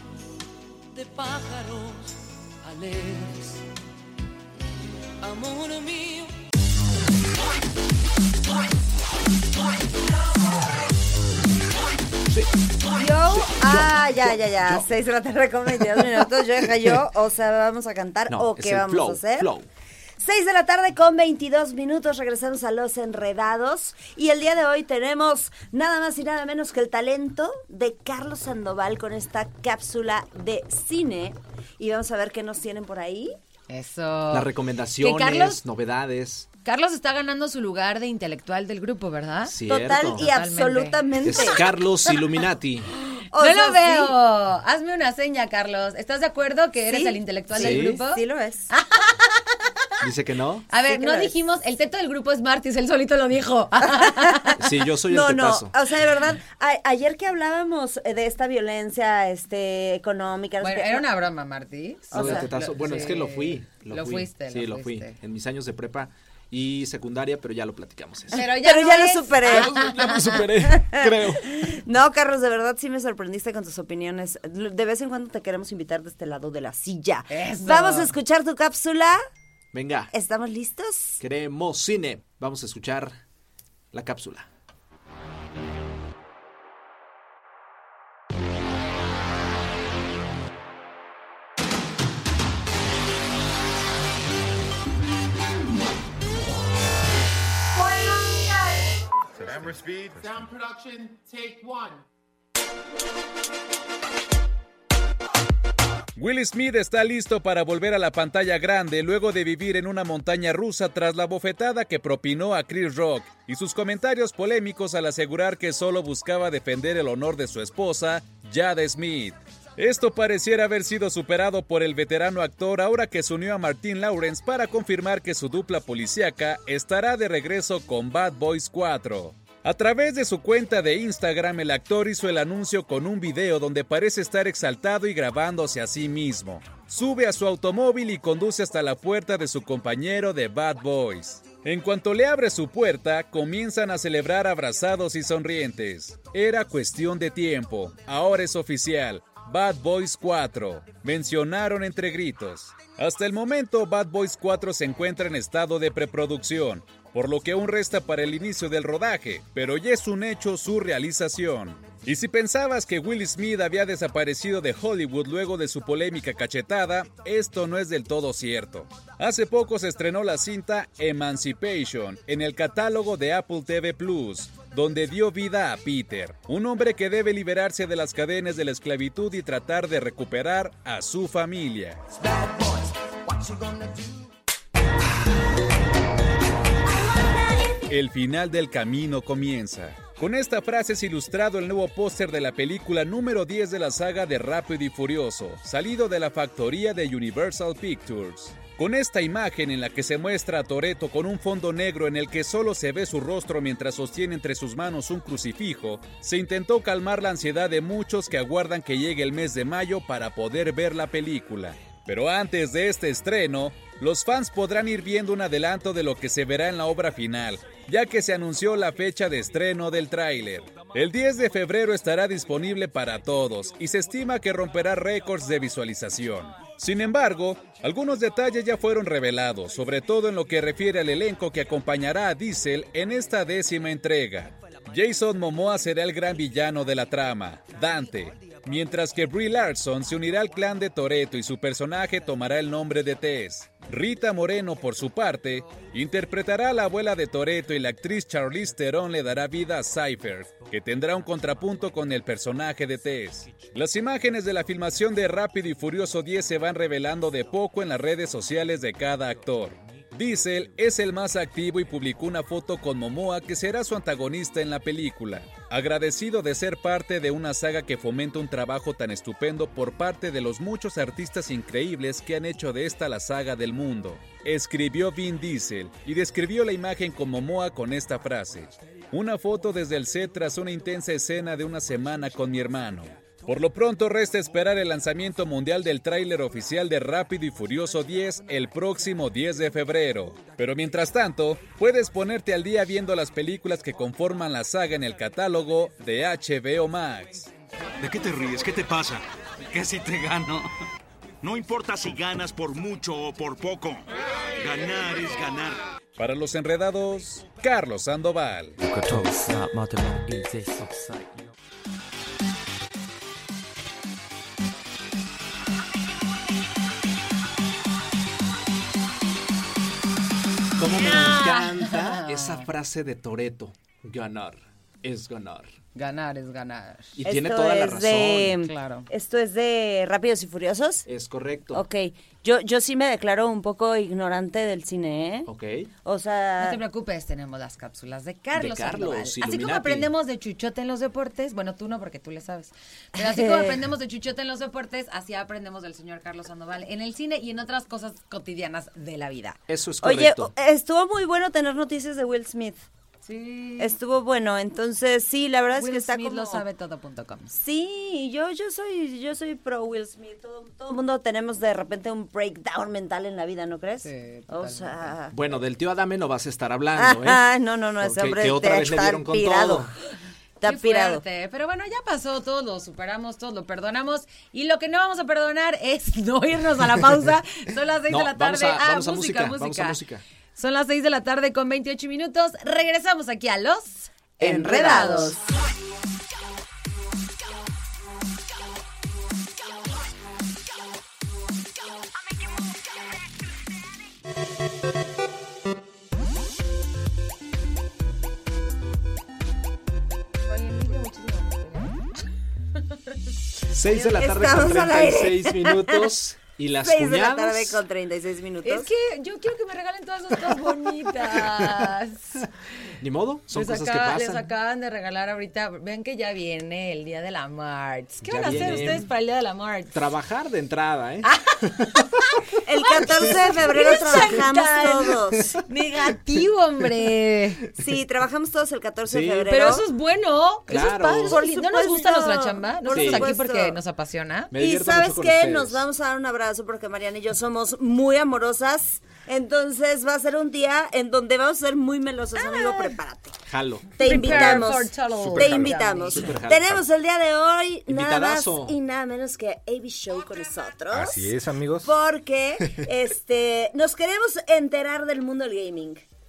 de pájaros alegres, amor mío. Yo, ah, ya, ya, ya, seis de la tarde con veintidós minutos, yo deja yo, o sea, vamos a cantar No, o es qué el vamos flow, a hacer. flow. seis de la tarde con veintidós minutos, regresamos a Los Enredados y el día de hoy tenemos nada más y nada menos que el talento de Carlos Sandoval con esta cápsula de cine y vamos a ver qué nos tienen por ahí. Eso. Las recomendaciones, Que Carlos- novedades. Carlos está ganando su lugar de intelectual del grupo, ¿verdad? Cierto. Total y Totalmente. absolutamente. Es Carlos Illuminati. O no sea, lo sí. veo. Hazme una seña, Carlos. ¿Estás de acuerdo que eres Sí, el intelectual sí. del grupo? Sí lo es. Dice que no. A ver, Sí que no lo es. dijimos, el teto del grupo es Martis, él solito lo dijo. Sí, yo soy No, el no, tetazo. o sea, de verdad, a- ayer que hablábamos eh, de esta violencia este, económica. no sé Bueno, qué, era no, una broma, Martis. Lo o del sea, tetazo. lo- Bueno, es que lo sí. fui. Lo, Lo fui. fuiste, Sí, lo lo fui. fuiste. En mis años de prepa y secundaria, pero ya lo platicamos eso. Pero ya, Pero no ya lo es. superé. Ya me superé, creo. No, Carlos, de verdad sí me sorprendiste con tus opiniones. De vez en cuando te queremos invitar de este lado de la silla. Eso. Vamos a escuchar tu cápsula. Venga, ¿Estamos listos? queremos cine. Vamos a escuchar la cápsula. Camera speed. Sound production, take one. Will Smith está listo para volver a la pantalla grande luego de vivir en una montaña rusa tras la bofetada que propinó a Chris Rock y sus comentarios polémicos al asegurar que solo buscaba defender el honor de su esposa, Jada Smith. Esto pareciera haber sido superado por el veterano actor ahora que se unió a Martin Lawrence para confirmar que su dupla policíaca estará de regreso con Bad Boys cuatro. A través de su cuenta de Instagram, el actor hizo el anuncio con un video donde parece estar exaltado y grabándose a sí mismo. Sube a su automóvil y conduce hasta la puerta de su compañero de Bad Boys. En cuanto le abre su puerta, comienzan a celebrar abrazados y sonrientes. Era cuestión de tiempo, ahora es oficial. Bad Boys cuatro, mencionaron entre gritos. Hasta el momento, Bad Boys cuatro se encuentra en estado de preproducción, por lo que aún resta para el inicio del rodaje, pero ya es un hecho su realización. Y si pensabas que Will Smith había desaparecido de Hollywood luego de su polémica cachetada, esto no es del todo cierto. Hace poco se estrenó la cinta Emancipation en el catálogo de Apple T V Plus, donde dio vida a Peter, un hombre que debe liberarse de las cadenas de la esclavitud y tratar de recuperar a su familia. El final del camino comienza. Con esta frase es ilustrado el nuevo póster de la película número diez de la saga de Rápido y Furioso, salido de la factoría de Universal Pictures. Con esta imagen en la que se muestra a Toretto con un fondo negro en el que solo se ve su rostro mientras sostiene entre sus manos un crucifijo, se intentó calmar la ansiedad de muchos que aguardan que llegue el mes de mayo para poder ver la película. Pero antes de este estreno, los fans podrán ir viendo un adelanto de lo que se verá en la obra final, ya que se anunció la fecha de estreno del tráiler. El diez de febrero estará disponible para todos y se estima que romperá récords de visualización. Sin embargo, algunos detalles ya fueron revelados, sobre todo en lo que refiere al elenco que acompañará a Diesel en esta décima entrega. Jason Momoa será el gran villano de la trama, Dante, mientras que Brie Larson se unirá al clan de Toretto y su personaje tomará el nombre de Tess. Rita Moreno, por su parte, interpretará a la abuela de Toretto y la actriz Charlize Theron le dará vida a Cypher, que tendrá un contrapunto con el personaje de Tess. Las imágenes de la filmación de Rápido y Furioso diez se van revelando de poco en las redes sociales de cada actor. Diesel es el más activo y publicó una foto con Momoa, que será su antagonista en la película, agradecido de ser parte de una saga que fomenta un trabajo tan estupendo por parte de los muchos artistas increíbles que han hecho de esta la saga del mundo. Escribió Vin Diesel y describió la imagen con Momoa con esta frase: una foto desde el set tras una intensa escena de una semana con mi hermano. Por lo pronto resta esperar el lanzamiento mundial del tráiler oficial de Rápido y Furioso diez el próximo diez de febrero. Pero mientras tanto, puedes ponerte al día viendo las películas que conforman la saga en el catálogo de H B O Max. ¿De qué te ríes? ¿Qué te pasa? ¿Qué si te gano? No importa si ganas por mucho o por poco. Ganar es ganar. Para los enredados, Carlos Sandoval. Cómo me encanta esa frase de Toretto: ganar es ganar. Ganar es ganar. Y Esto tiene toda la es razón. de- Claro. ¿Esto es de Rápidos y Furiosos? Es correcto. Ok, yo, yo sí me declaro un poco ignorante del cine, ¿eh? Ok. O sea... No te preocupes, tenemos las cápsulas de Carlos, De Carlos, Sandoval. Así como Illuminati. aprendemos de Chuchote en los deportes, bueno, tú no porque tú le sabes, pero así como aprendemos de Chuchote en los deportes, así aprendemos del señor Carlos Sandoval en el cine y en otras cosas cotidianas de la vida. Eso es Oye, correcto. estuvo muy bueno tener noticias de Will Smith. Sí. Estuvo bueno, entonces sí, la verdad es que está Will Smith como... lo sabe todo punto com. Sí, yo yo soy yo soy pro Will Smith. Todo todo el mundo tenemos de repente un breakdown mental en la vida, ¿no crees? Sí, o sea, Bueno, del tío Adame no vas a estar hablando, ¿eh? ah, no, no, no, ese Porque- hombre que otra te- vez le está dieron con pirado. todo. Está Qué pirado. fuerte. Pero bueno, ya pasó, todos lo superamos, todos lo perdonamos. Y lo que no vamos a perdonar es no irnos a la pausa. Son las seis No, de la vamos tarde. a- ah, vamos a música, música, vamos a música. Son las seis de la tarde con veintiocho minutos. Regresamos aquí a Los Enredados. seis de la tarde Estamos con al treinta y aire. seis minutos. Y las seis de la cuñadas. tarde con treinta y seis minutos. Es que yo quiero que me regalen todas esas cosas bonitas. Ni modo, son les, cosas acaba- que les pasan. acaban de regalar ahorita. Vean que ya viene el día de la March. ¿Qué Ya van a hacer viene. ustedes para el día de la March? Trabajar de entrada, ¿eh? El catorce de febrero Eres trabajamos tan todos. Negativo, hombre. Sí, trabajamos todos el catorce Sí. de febrero. Pero eso es bueno. Eso es Claro. padre. eso Por es lindo. ¿No nos gusta supuesto. nuestra chamba? No Por estamos aquí supuesto. porque nos apasiona. Me Y divierto ¿sabes mucho con qué? ustedes. Nos vamos a dar un abrazo porque Mariana y yo somos muy amorosas. Entonces va a ser un día en donde vamos a ser muy melosos, amigo, prepárate. Jalo. Te Prepare invitamos. for total Super Te jalo. invitamos. Super jalo. Tenemos el día de hoy nada más Invitadazo. y nada menos que A B Show con nosotros. Así es, amigos. Porque este nos queremos enterar del mundo del gaming.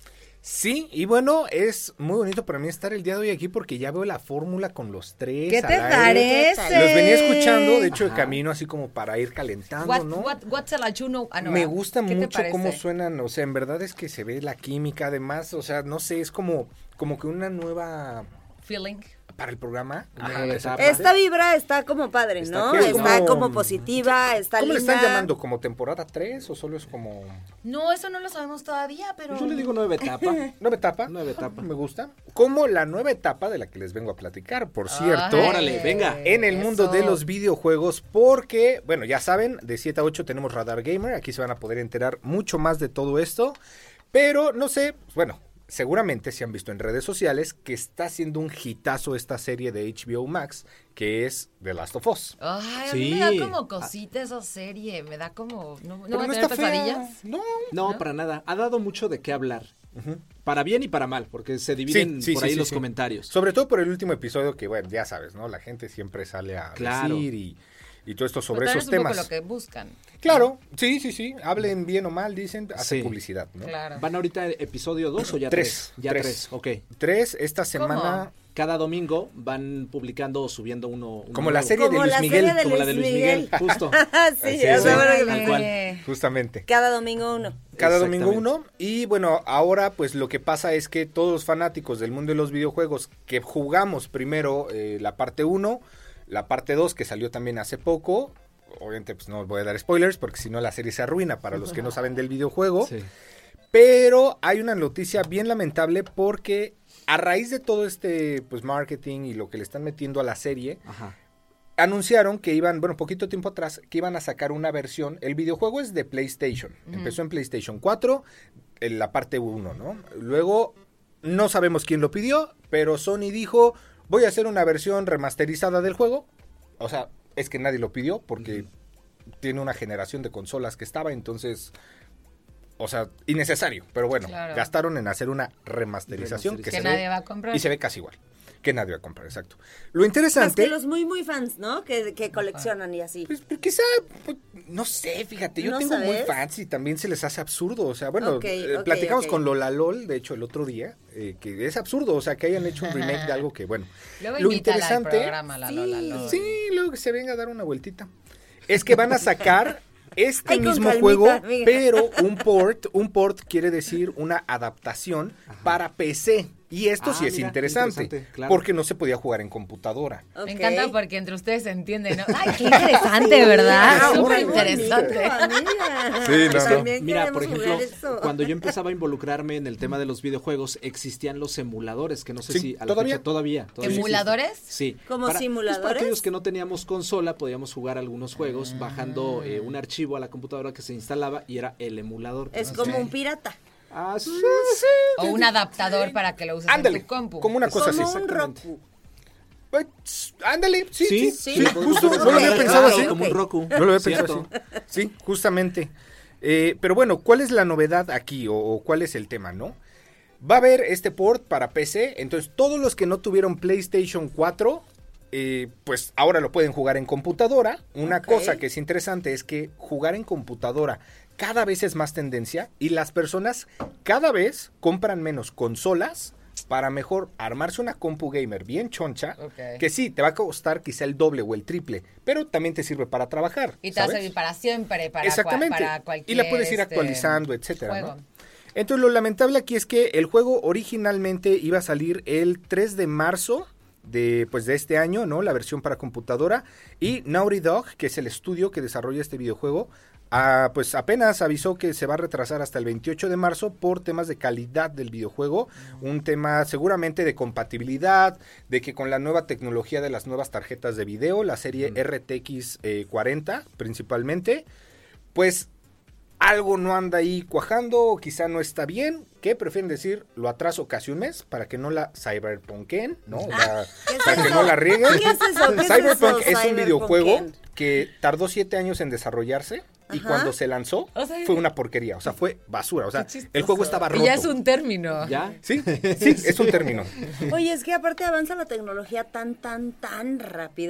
Sí, y bueno, es muy bonito para mí estar el día de hoy aquí porque ya veo la fórmula con los tres. ¿Qué te al aire. parece? Los venía escuchando, de hecho, Ajá. de camino, así como para ir calentando, What, ¿no? what, what's el ayuno? Ah, no, Me ¿verdad? gusta ¿Qué te mucho cómo parece? suenan, o sea, en verdad es que se ve la química, además, o sea, no sé, es como, como que una nueva Feeling. para el programa. Una Ajá, nueva esa etapa. parte. Esta vibra está como padre, Está ¿no? que es Está como- como positiva, está ¿Cómo le linda. están llamando? ¿Como temporada tres o solo es como No, eso no lo sabemos todavía, pero... Yo le digo nueva etapa. nueva etapa? Nueva etapa. Me gusta. Como la nueva etapa de la que les vengo a platicar, por cierto. Ay, Órale, venga. En el mundo eso. de los videojuegos, porque, bueno, ya saben, de siete a ocho tenemos Radar Gamer, aquí se van a poder enterar mucho más de todo esto, pero no sé, bueno, seguramente se han visto en redes sociales que está haciendo un hitazo esta serie de H B O Max, que es The Last of Us. Ay, a Sí. mí me da como cosita esa serie, me da como... ¿No, no Pero va a no tener está fea. pesadillas? No. No, para nada. Ha dado mucho de qué hablar. Para bien y para mal, porque se dividen Sí, sí, por sí, ahí sí, los sí. comentarios. Sobre todo por el último episodio que, bueno, ya sabes, ¿no? La gente siempre sale a Claro. decir y, y todo esto sobre Pero también esos es un temas. poco lo que buscan. Claro, sí, sí, sí. Hablen bien o mal, dicen, hacen Sí. publicidad, ¿no? Claro. ¿Van ahorita episodio dos o ya Tres, tres? Ya tres. tres, ok. Tres, esta semana, Cada domingo van publicando o subiendo uno. uno como la nuevo. serie de Como Luis la Miguel. serie de Como la de Luis Luis Miguel, Miguel. justo. sí, Así o es. sea, bueno, Tal cual. Justamente. cada domingo uno. Cada domingo Exactamente. uno. Y bueno, ahora pues lo que pasa es que todos los fanáticos del mundo de los videojuegos que jugamos primero eh, la parte uno, la parte dos que salió también hace poco, obviamente pues no voy a dar spoilers porque si no la serie se arruina para los que no saben del videojuego, Sí. pero hay una noticia bien lamentable porque a raíz de todo este pues marketing y lo que le están metiendo a la serie, Ajá. anunciaron que iban, bueno, poquito tiempo atrás, que iban a sacar una versión. El videojuego es de PlayStation. Empezó en PlayStation cuatro, en la parte uno, ¿no? Luego, no sabemos quién lo pidió, pero Sony dijo, voy a hacer una versión remasterizada del juego. O sea, es que nadie lo pidió porque tiene una generación de consolas que estaba, entonces... O sea, innecesario, pero bueno, Claro. gastaron en hacer una remasterización, que, Que se nadie ve, va a comprar. y se ve casi igual. Que nadie va a comprar, exacto. Lo Más interesante... que los muy, muy fans, ¿no? Que, que coleccionan y así. Pues, pues, quizá, pues, no sé, fíjate, yo ¿No tengo muy sabes? fans y también se les hace absurdo, o sea, bueno, Ok, eh, ok, platicamos ok. con Lola LOL, de hecho, el otro día, eh, que es absurdo, o sea, que hayan hecho un remake de algo que, bueno, Luego lo invítala al interesante, programa, la Lola Lol. sí, luego que se venga a dar una vueltita, es que van a sacar este Ay, con mismo calmita, juego, amiga. pero un port, un port quiere decir una adaptación para P C. Y esto Ah, sí es mira, interesante, interesante, claro. porque no se podía jugar en computadora. Ok. Me encanta porque entre ustedes se entienden, ¿no? Ay, qué interesante, ¿verdad? Ah, Súper muy interesante. Sí, no, no. También Mira, queremos por ejemplo, jugar eso. cuando yo empezaba a involucrarme en el tema de los videojuegos, existían los emuladores, que no sé Sí, si a la ¿todavía? fecha todavía. todavía ¿Emuladores? existen. Sí. ¿Como Para- simuladores? pues, para aquellos que no teníamos consola, podíamos jugar algunos juegos bajando eh, Mm. un archivo a la computadora que se instalaba y era el emulador. Es como un pirata. Ah, sí, O un adaptador para que lo uses Ándale, en tu compu. como una cosa así. Como un exactamente. Roku. Pues, ándale, sí, sí, Sí, sí, sí. justo, no lo Ok, había pensado claro, así. como un Roku. No lo había pensado Cierto. así. Sí, justamente. Eh, pero bueno, ¿cuál es la novedad aquí o, o cuál es el tema, no? Va a haber este port para P C, entonces todos los que no tuvieron PlayStation cuatro, eh, pues ahora lo pueden jugar en computadora. Una Ok. cosa que es interesante es que jugar en computadora cada vez es más tendencia y las personas cada vez compran menos consolas para mejor armarse una compu gamer bien choncha, Ok. que sí, te va a costar quizá el doble o el triple, pero también te sirve para trabajar. Y te va a ¿sabes? servir para siempre, para, cua- Exactamente. para cualquier Y la puedes ir este, actualizando, etcétera, juego. ¿no? Entonces lo lamentable aquí es que el juego originalmente iba a salir el tres de marzo de, pues, de este año, ¿no? La versión para computadora. Y Naughty Dog, que es el estudio que desarrolla este videojuego, ah, pues apenas avisó que se va a retrasar hasta el veintiocho de marzo por temas de calidad del videojuego. Un tema seguramente de compatibilidad, de que con la nueva tecnología de las nuevas tarjetas de video, la serie R T X eh, cuarenta principalmente, pues algo no anda ahí cuajando, o quizá no está bien, que prefieren decir, lo atraso casi un mes para que no la cyberpunken, ¿no? O sea, ¿Qué es para que eso? no la rieguen. ¿Qué es eso? ¿Qué es Cyberpunk eso, es un cyberpunken? videojuego que tardó siete años en desarrollarse y Ajá. cuando se lanzó O sea, fue una porquería, o sea, fue basura, o sea, Qué chistoso. el juego estaba roto. Y ya es un término. ¿Ya? Sí, sí, es un término. Oye, es que aparte avanza la tecnología tan, tan, tan rápido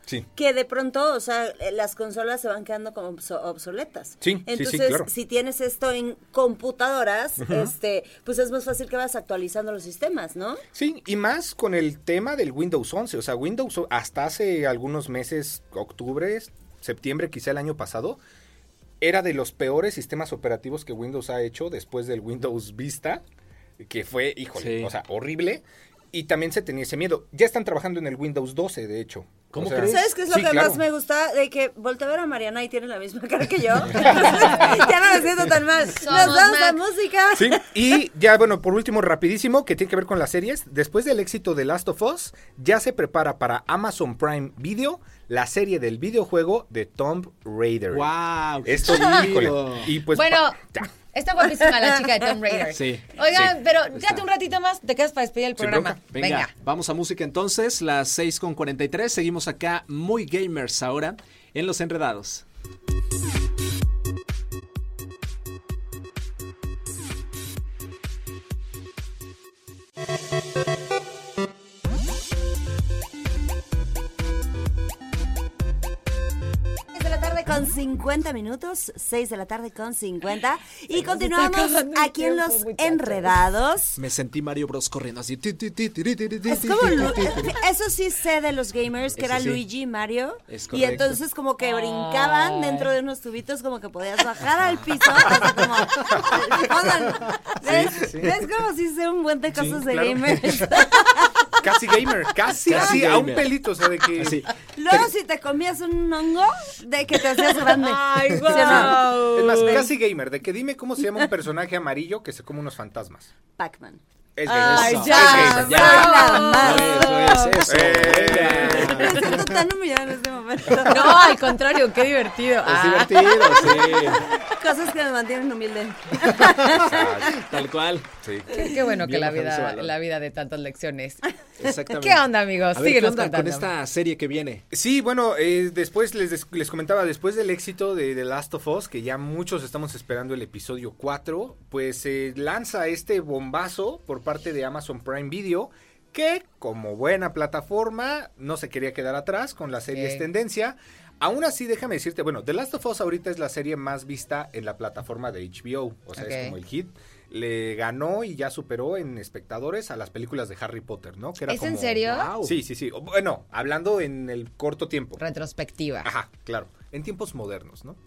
Sí. que de pronto, o sea, las consolas se van quedando como obso- obsoletas. Sí, sí, Entonces, sí, claro. si tienes esto en computadoras, Ujú. este, pues es más fácil que vas actualizando los sistemas, ¿no? Sí, y más con el tema del Windows once. O sea, Windows o- hasta hace algunos meses, octubre, septiembre, quizá el año pasado, era de los peores sistemas operativos que Windows ha hecho después del Windows Vista, que fue, híjole, Sí. o sea, horrible. Y también se tenía ese miedo. Ya están trabajando en el Windows doce, de hecho. ¿Cómo O sea, crees? ¿Sabes qué es lo sí, que claro. más me gusta? De que volteo a ver a Mariana y tiene la misma cara que yo. Ya no me siento tan mal. Nos Somos damos la Mac. música. Sí, y ya, bueno, por último, rapidísimo, que tiene que ver con las series. Después del éxito de Last of Us, ya se prepara para Amazon Prime Video la serie del videojuego de Tomb Raider. ¡Wow! Esto, híjole. Y pues, Bueno, pa- ya. está guapísima la chica de Tomb Raider. Sí. Oigan, Sí. pero Está. quédate un ratito más, te quedas para despedir el Sin programa. bronca. Venga, Venga. vamos a música entonces, las seis con cuarenta y tres. Seguimos acá, muy gamers ahora, en Los Enredados. seis de la tarde con cincuenta minutos, seis de la tarde con cincuenta. Y continuamos acabando el aquí en tiempo, Los muchachos. Enredados. Me sentí Mario Bros corriendo así. ti, ti, ti, ti, ti, ti, ti, Es ti, como ti, Lu- ti, ti. eso sí sé de los gamers, que Eso era sí. Luigi y Mario. Es Y correcto. entonces como que brincaban Ay. dentro de unos tubitos, como que podías bajar al piso. O sea, como, oigan, ¿ves? sí, sí. ¿Ves como si sé un buen de cosas Sí, de claro. gamers? Casi gamer, casi, Casi así, a un gamer. pelito, o sea, de que... Así. Luego si te comías un hongo, de que te hacías grande. Ay, ¿Sí o no? Es más, casi gamer, de que dime cómo se llama un personaje amarillo que se come unos fantasmas. Pac-Man. Es Ay, gamer. ya, Es gamer. ya. la más. Eso es, eso. Eh. Venga. Me siento tan humillada en este momento. No, al contrario, qué divertido. Es Ah. divertido, sí. Cosas que me mantienen humilde. Tal cual. Sí. Qué, qué bueno que Bien la bajado ese vida, balón. la vida de tantas lecciones. Exactamente. ¿Qué onda, amigos? A ver, ¿qué Síguenos onda con contando. esta serie que viene? Sí, bueno, eh, después les, des- les comentaba, después del éxito de The Last of Us, que ya muchos estamos esperando el episodio cuatro, pues se lanza este bombazo por parte de Amazon Prime Video, que como buena plataforma no se quería quedar atrás con las series Ok. tendencia. Aún así, déjame decirte, bueno, The Last of Us ahorita es la serie más vista en la plataforma de H B O, o sea, Ok. es como el hit. Le ganó y ya superó en espectadores a las películas de Harry Potter, ¿no? Que era ¿Es en como- serio? Wow. Sí, sí, sí. Bueno, hablando en el corto tiempo. Retrospectiva. Ajá, claro, en tiempos modernos, ¿no?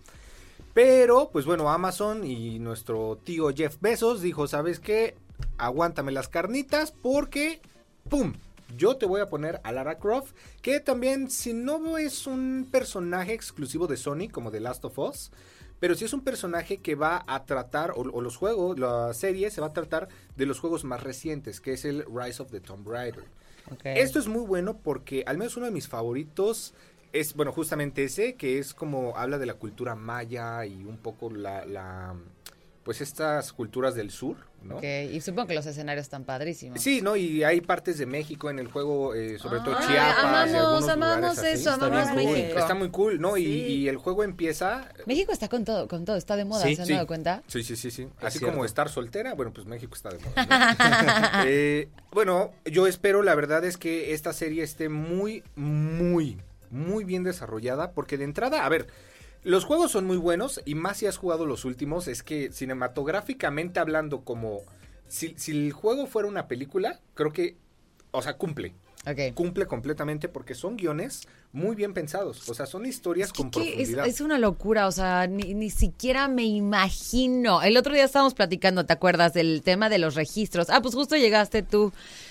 Pero, pues bueno, Amazon y nuestro tío Jeff Bezos dijo, ¿sabes qué? Aguántame las carnitas porque, ¡pum! Yo te voy a poner a Lara Croft, que también, si no es un personaje exclusivo de Sony, como The Last of Us, pero sí es un personaje que va a tratar, o, o los juegos, la serie se va a tratar de los juegos más recientes, que es el Rise of the Tomb Raider. Ok. Esto es muy bueno porque al menos uno de mis favoritos es, bueno, justamente ese, que es como habla de la cultura maya y un poco la, la pues estas culturas del sur, ¿no? Ok, y supongo que los escenarios están padrísimos. Sí, ¿no? Y hay partes de México en el juego, eh, sobre todo Ay, Chiapas y amamos, algunos amamos lugares así. eso, Está amamos bien cool. México. Está muy cool, ¿no? Y, Sí. y el juego empieza... México está con todo, con todo, está de moda, Sí, ¿se han sí. dado cuenta? Sí, sí, sí, sí. Así cierto. como estar soltera, bueno, pues México está de moda, ¿no? Eh, bueno, yo espero, la verdad es que esta serie esté muy, muy, muy bien desarrollada, porque de entrada, a ver, los juegos son muy buenos, y más si has jugado los últimos, es que cinematográficamente hablando, como si, si el juego fuera una película, creo que, o sea, cumple. Ok. Cumple completamente porque son guiones muy bien pensados, o sea, son historias con Que es, profundidad. es una locura, o sea, ni, ni siquiera me imagino. El otro día estábamos platicando, ¿te acuerdas del tema de los registros? Ah, pues justo llegaste tú,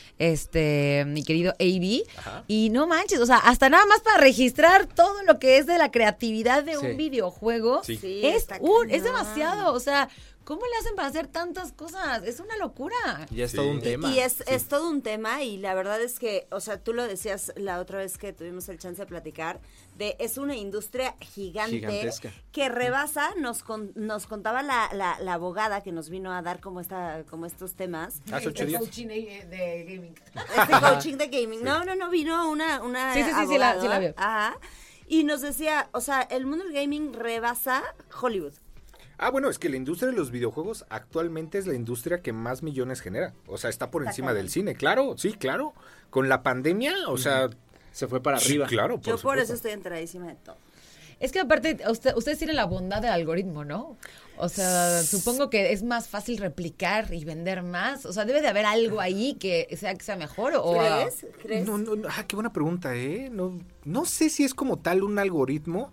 este, mi querido A B, Ajá. y no manches, o sea, hasta nada más para registrar todo lo que es de la creatividad de Sí. un videojuego, Sí. Sí, es está un, es cañón. demasiado, o sea, ¿cómo le hacen para hacer tantas cosas? Es una locura. Ya es Sí. todo un tema. Y es, es todo un tema y la verdad es que, o sea, tú lo decías la otra vez que tuvimos el chance de platicar, de es una industria gigante Gigantesca. que rebasa, nos con- nos contaba la, la, la abogada que nos vino a dar como esta como estos temas. Hace ocho días. de gaming. Este coaching de gaming. No, no, no, vino una, una Sí, sí, sí, sí la- sí la abogada, veo. ajá, y nos decía, o sea, el mundo del gaming rebasa Hollywood. Ah, bueno, es que la industria de los videojuegos actualmente es la industria que más millones genera. O sea, está por Está encima cañón. del cine, claro, sí, claro. Con la pandemia, o sea, Se fue para arriba. Sí, claro, por Yo por supuesto. eso estoy enteradísima de todo. Es que aparte, usted, ustedes tienen la bondad del algoritmo, ¿no? O sea, supongo que es más fácil replicar y vender más. O sea, debe de haber algo ahí que sea que sea mejor o... ¿Crees? ¿Crees? No, no, no, ah, qué buena pregunta, ¿eh? No, no sé si es como tal un algoritmo.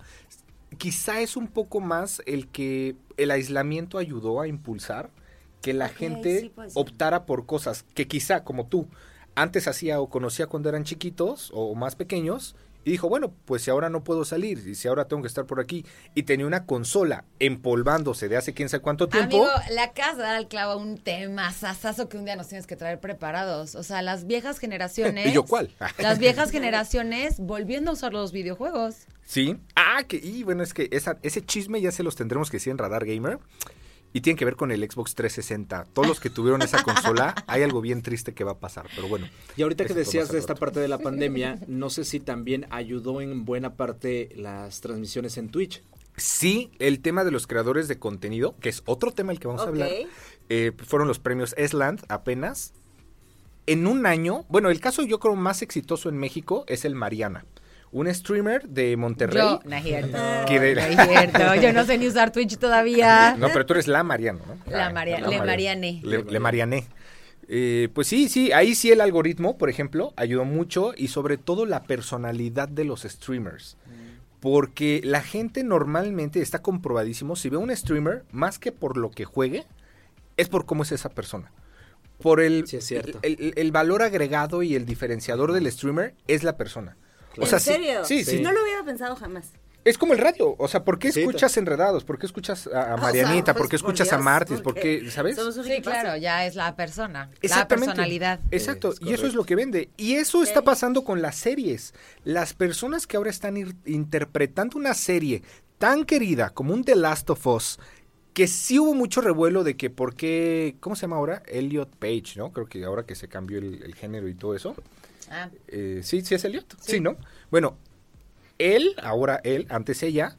Quizá es un poco más el que el aislamiento ayudó a impulsar que la Ok, gente sí, puede ser. optara por cosas que quizá, como tú, antes hacía o conocía cuando eran chiquitos o más pequeños, y dijo, bueno, pues si ahora no puedo salir, y si ahora tengo que estar por aquí, y tenía una consola empolvándose de hace quién sabe cuánto tiempo. Amigo, la casa al clavo un tema sasazo que un día nos tienes que traer preparados. O sea, las viejas generaciones... ¿Y yo cuál? Las viejas generaciones volviendo a usar los videojuegos. Sí. Ah, que, y bueno, es que esa, ese chisme ya se los tendremos que decir en Radar Gamer. Y tiene que ver con el Xbox trescientos sesenta. Todos los que tuvieron esa consola, hay algo bien triste que va a pasar, pero bueno. Y ahorita que eso decías podemos de esta hacer parte de la pandemia, no sé si también ayudó en buena parte las transmisiones en Twitch. Sí, el tema de los creadores de contenido, que es otro tema del que vamos Ok. a hablar, eh, fueron los premios Esland apenas. En un año, bueno, el caso yo creo más exitoso en México es el Mariana. Un streamer de Monterrey. Yo, no es cierto, que de- no es cierto. Yo no sé ni usar Twitch todavía. No, pero tú eres la Mariano, ¿no? La Maria- Le Maria- Mariané. Le, le Mariané. Eh, pues sí, sí, ahí sí el algoritmo, por ejemplo, ayudó mucho y sobre todo la personalidad de los streamers. Porque la gente normalmente está comprobadísimo, si ve un streamer, más que por lo que juegue, es por cómo es esa persona. Por el, Sí, es cierto. el, el- el valor agregado y el diferenciador del streamer es la persona. O sea, ¿En sí- serio? Sí, sí. No lo hubiera pensado jamás. Es como el radio, o sea, ¿por qué Sí, escuchas Enredados? ¿Por qué escuchas a, a Marianita? O sea, ¿Por qué pues, por escuchas a Dios, Martis? ¿Por porque qué, sabes? somos un Sí, equipazo. claro, ya es la persona, la Exactamente. personalidad. Exacto, Es y eso es correcto. lo que vende. Y eso está pasando con las series. Las personas que ahora están ir- interpretando una serie tan querida como un The Last of Us, que sí hubo mucho revuelo de que por qué, ¿cómo se llama ahora? Elliot Page, ¿no? Creo que ahora que se cambió el, el género y todo eso. Ah, Eh, sí, sí es Elliot. Sí. ¿no? Bueno, él, ahora él, antes ella,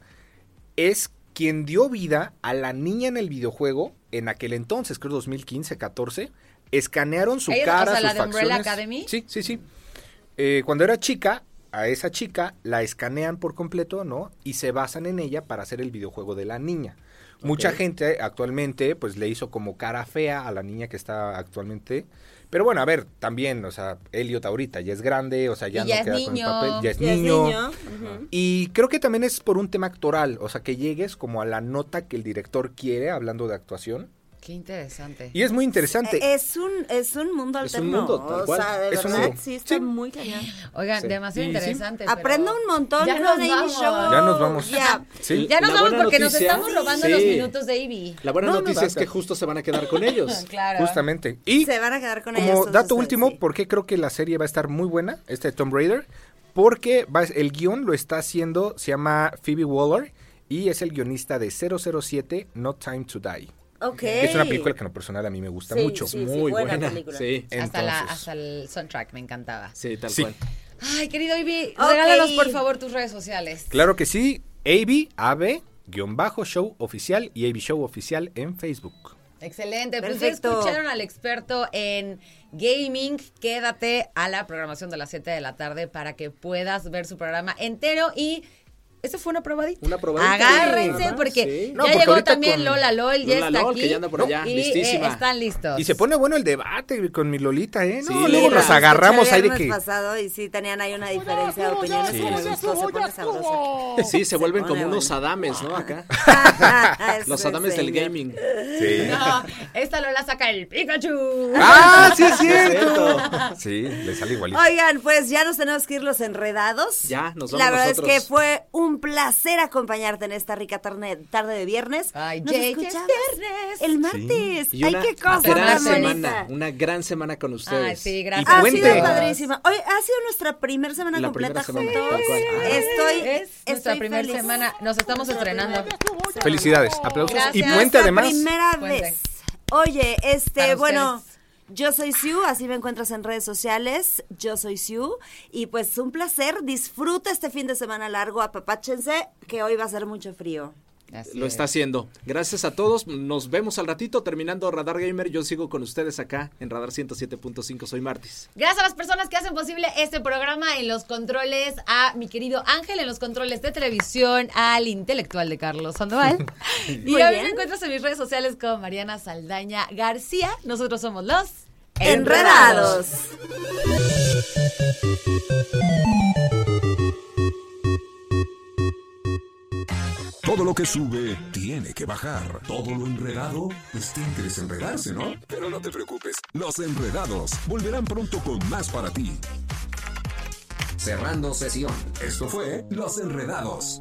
es quien dio vida a la niña en el videojuego en aquel entonces, creo dos mil quince, catorce. Escanearon su Ella, cara, o sea, la sus de Umbrella facciones. Academy. Sí, sí, sí. Eh, cuando era chica, a esa chica la escanean por completo, ¿no? Y se basan en ella para hacer el videojuego de la niña. Mucha gente actualmente, pues, le hizo como cara fea a la niña que está actualmente. Pero bueno, a ver, también, o sea, Elliot ahorita ya es grande, o sea, ya Y no ya es queda con el niño. papel, ya es Ya es niño. niño. Ujú. Y creo que también es por un tema actoral, o sea, que llegues como a la nota que el director quiere, hablando de actuación. qué interesante. Y es muy interesante. Eh, Es un, es un mundo Es un alterno. mundo, tal o cual. sea, de Es un verdad, mundo. sí, está Sí. muy cañón. Oigan, Sí. demasiado Y sí. interesante. pero- Aprendo un montón. Ya yo nos de Amy vamos. Show. Ya nos vamos. Ya. Sí. Ya nos La vamos buena porque nos noticia- estamos robando Sí. los minutos de Ivy. La buena No, no, noticia es basta. que justo se van a quedar con ellos. Claro. Justamente. Y Se van a quedar con ellos. como todos dato ustedes, último, sí. ¿por qué creo que la serie va a estar muy buena? Este de Tomb Raider. Porque va, el guión lo está haciendo, se llama Phoebe Waller. Y es el guionista de cero cero siete, No Time to Die. Ok. Que es una película que en lo personal a mí me gusta Sí, mucho. sí, sí, Muy buena buena. película. Sí, Hasta, la, Entonces. hasta el soundtrack me encantaba. sí, tal Sí. cual. Ay, querido Ivy, Ok. regálanos por favor tus redes sociales. Claro que sí. A B, A B, guión bajo, show oficial y A B Show oficial en Facebook. Excelente, pues ya Perfecto. escucharon al experto en gaming. Quédate a la programación de las siete de la tarde para que puedas ver su programa entero y... Eso fue una probadita. Una probadita. Agárrense Ajá, porque sí. ya No, porque llegó ahorita también con Lola Lol, ya Lola está Lol, aquí. que ya anda por allá, y listísima. eh, están listos. Y se pone bueno el debate con mi Lolita, ¿eh? No, Sí, luego mira. nos agarramos ahí de El que... pasado y sí tenían ahí una diferencia de opiniones que me gustó, se pone sabrosa. Sí, se vuelven pone como unos bueno. adames, ¿no? Acá. Eso Los es, adames del señor. gaming. Sí. No, esta Lola saca el Pikachu. ¡Ah, sí es cierto! cierto. Sí, le sale igualito. Oigan, pues ya nos tenemos que ir los enredados. Ya, nos vamos La verdad nosotros. es que fue un placer acompañarte en esta rica tarde, tarde de viernes. Ay, Nos ya, ya es escuchamos viernes. el martes. Y Ay, una qué cosa gran tan semana, bonita. una gran semana con ustedes. Ay, sí, gracias. Ha Cuente. sido padrísima. Oye, ha sido nuestra primera semana La completa primera semana, juntos. tal cual. Ah. Estoy, Es nuestra estoy primera feliz. semana. Nos estamos estrenando. Felicidades, aplausos. Gracias. Y puente Nuestra además. primera Puente. vez. Oye, este, Para bueno, ustedes. yo soy Siu, así me encuentras en redes sociales. Yo soy Siu. Y pues un placer. Disfruta este fin de semana largo. Apapáchense, que hoy va a ser mucho frío. Así Lo es. está haciendo. Gracias a todos. Nos vemos al ratito terminando Radar Gamer. Yo sigo con ustedes acá en Radar ciento siete punto cinco. Soy Martis. Gracias a las personas que hacen posible este programa, en los controles a mi querido Ángel, en los controles de televisión al intelectual de Carlos Sandoval. Y Muy a mí bien. me encuentras en mis redes sociales como Mariana Saldaña García. Nosotros somos los Enredados. Todo lo que sube tiene que bajar. Todo lo enredado, pues tiene que desenredarse, ¿no? Pero no te preocupes, Los Enredados volverán pronto con más para ti. Cerrando sesión. Esto fue Los Enredados.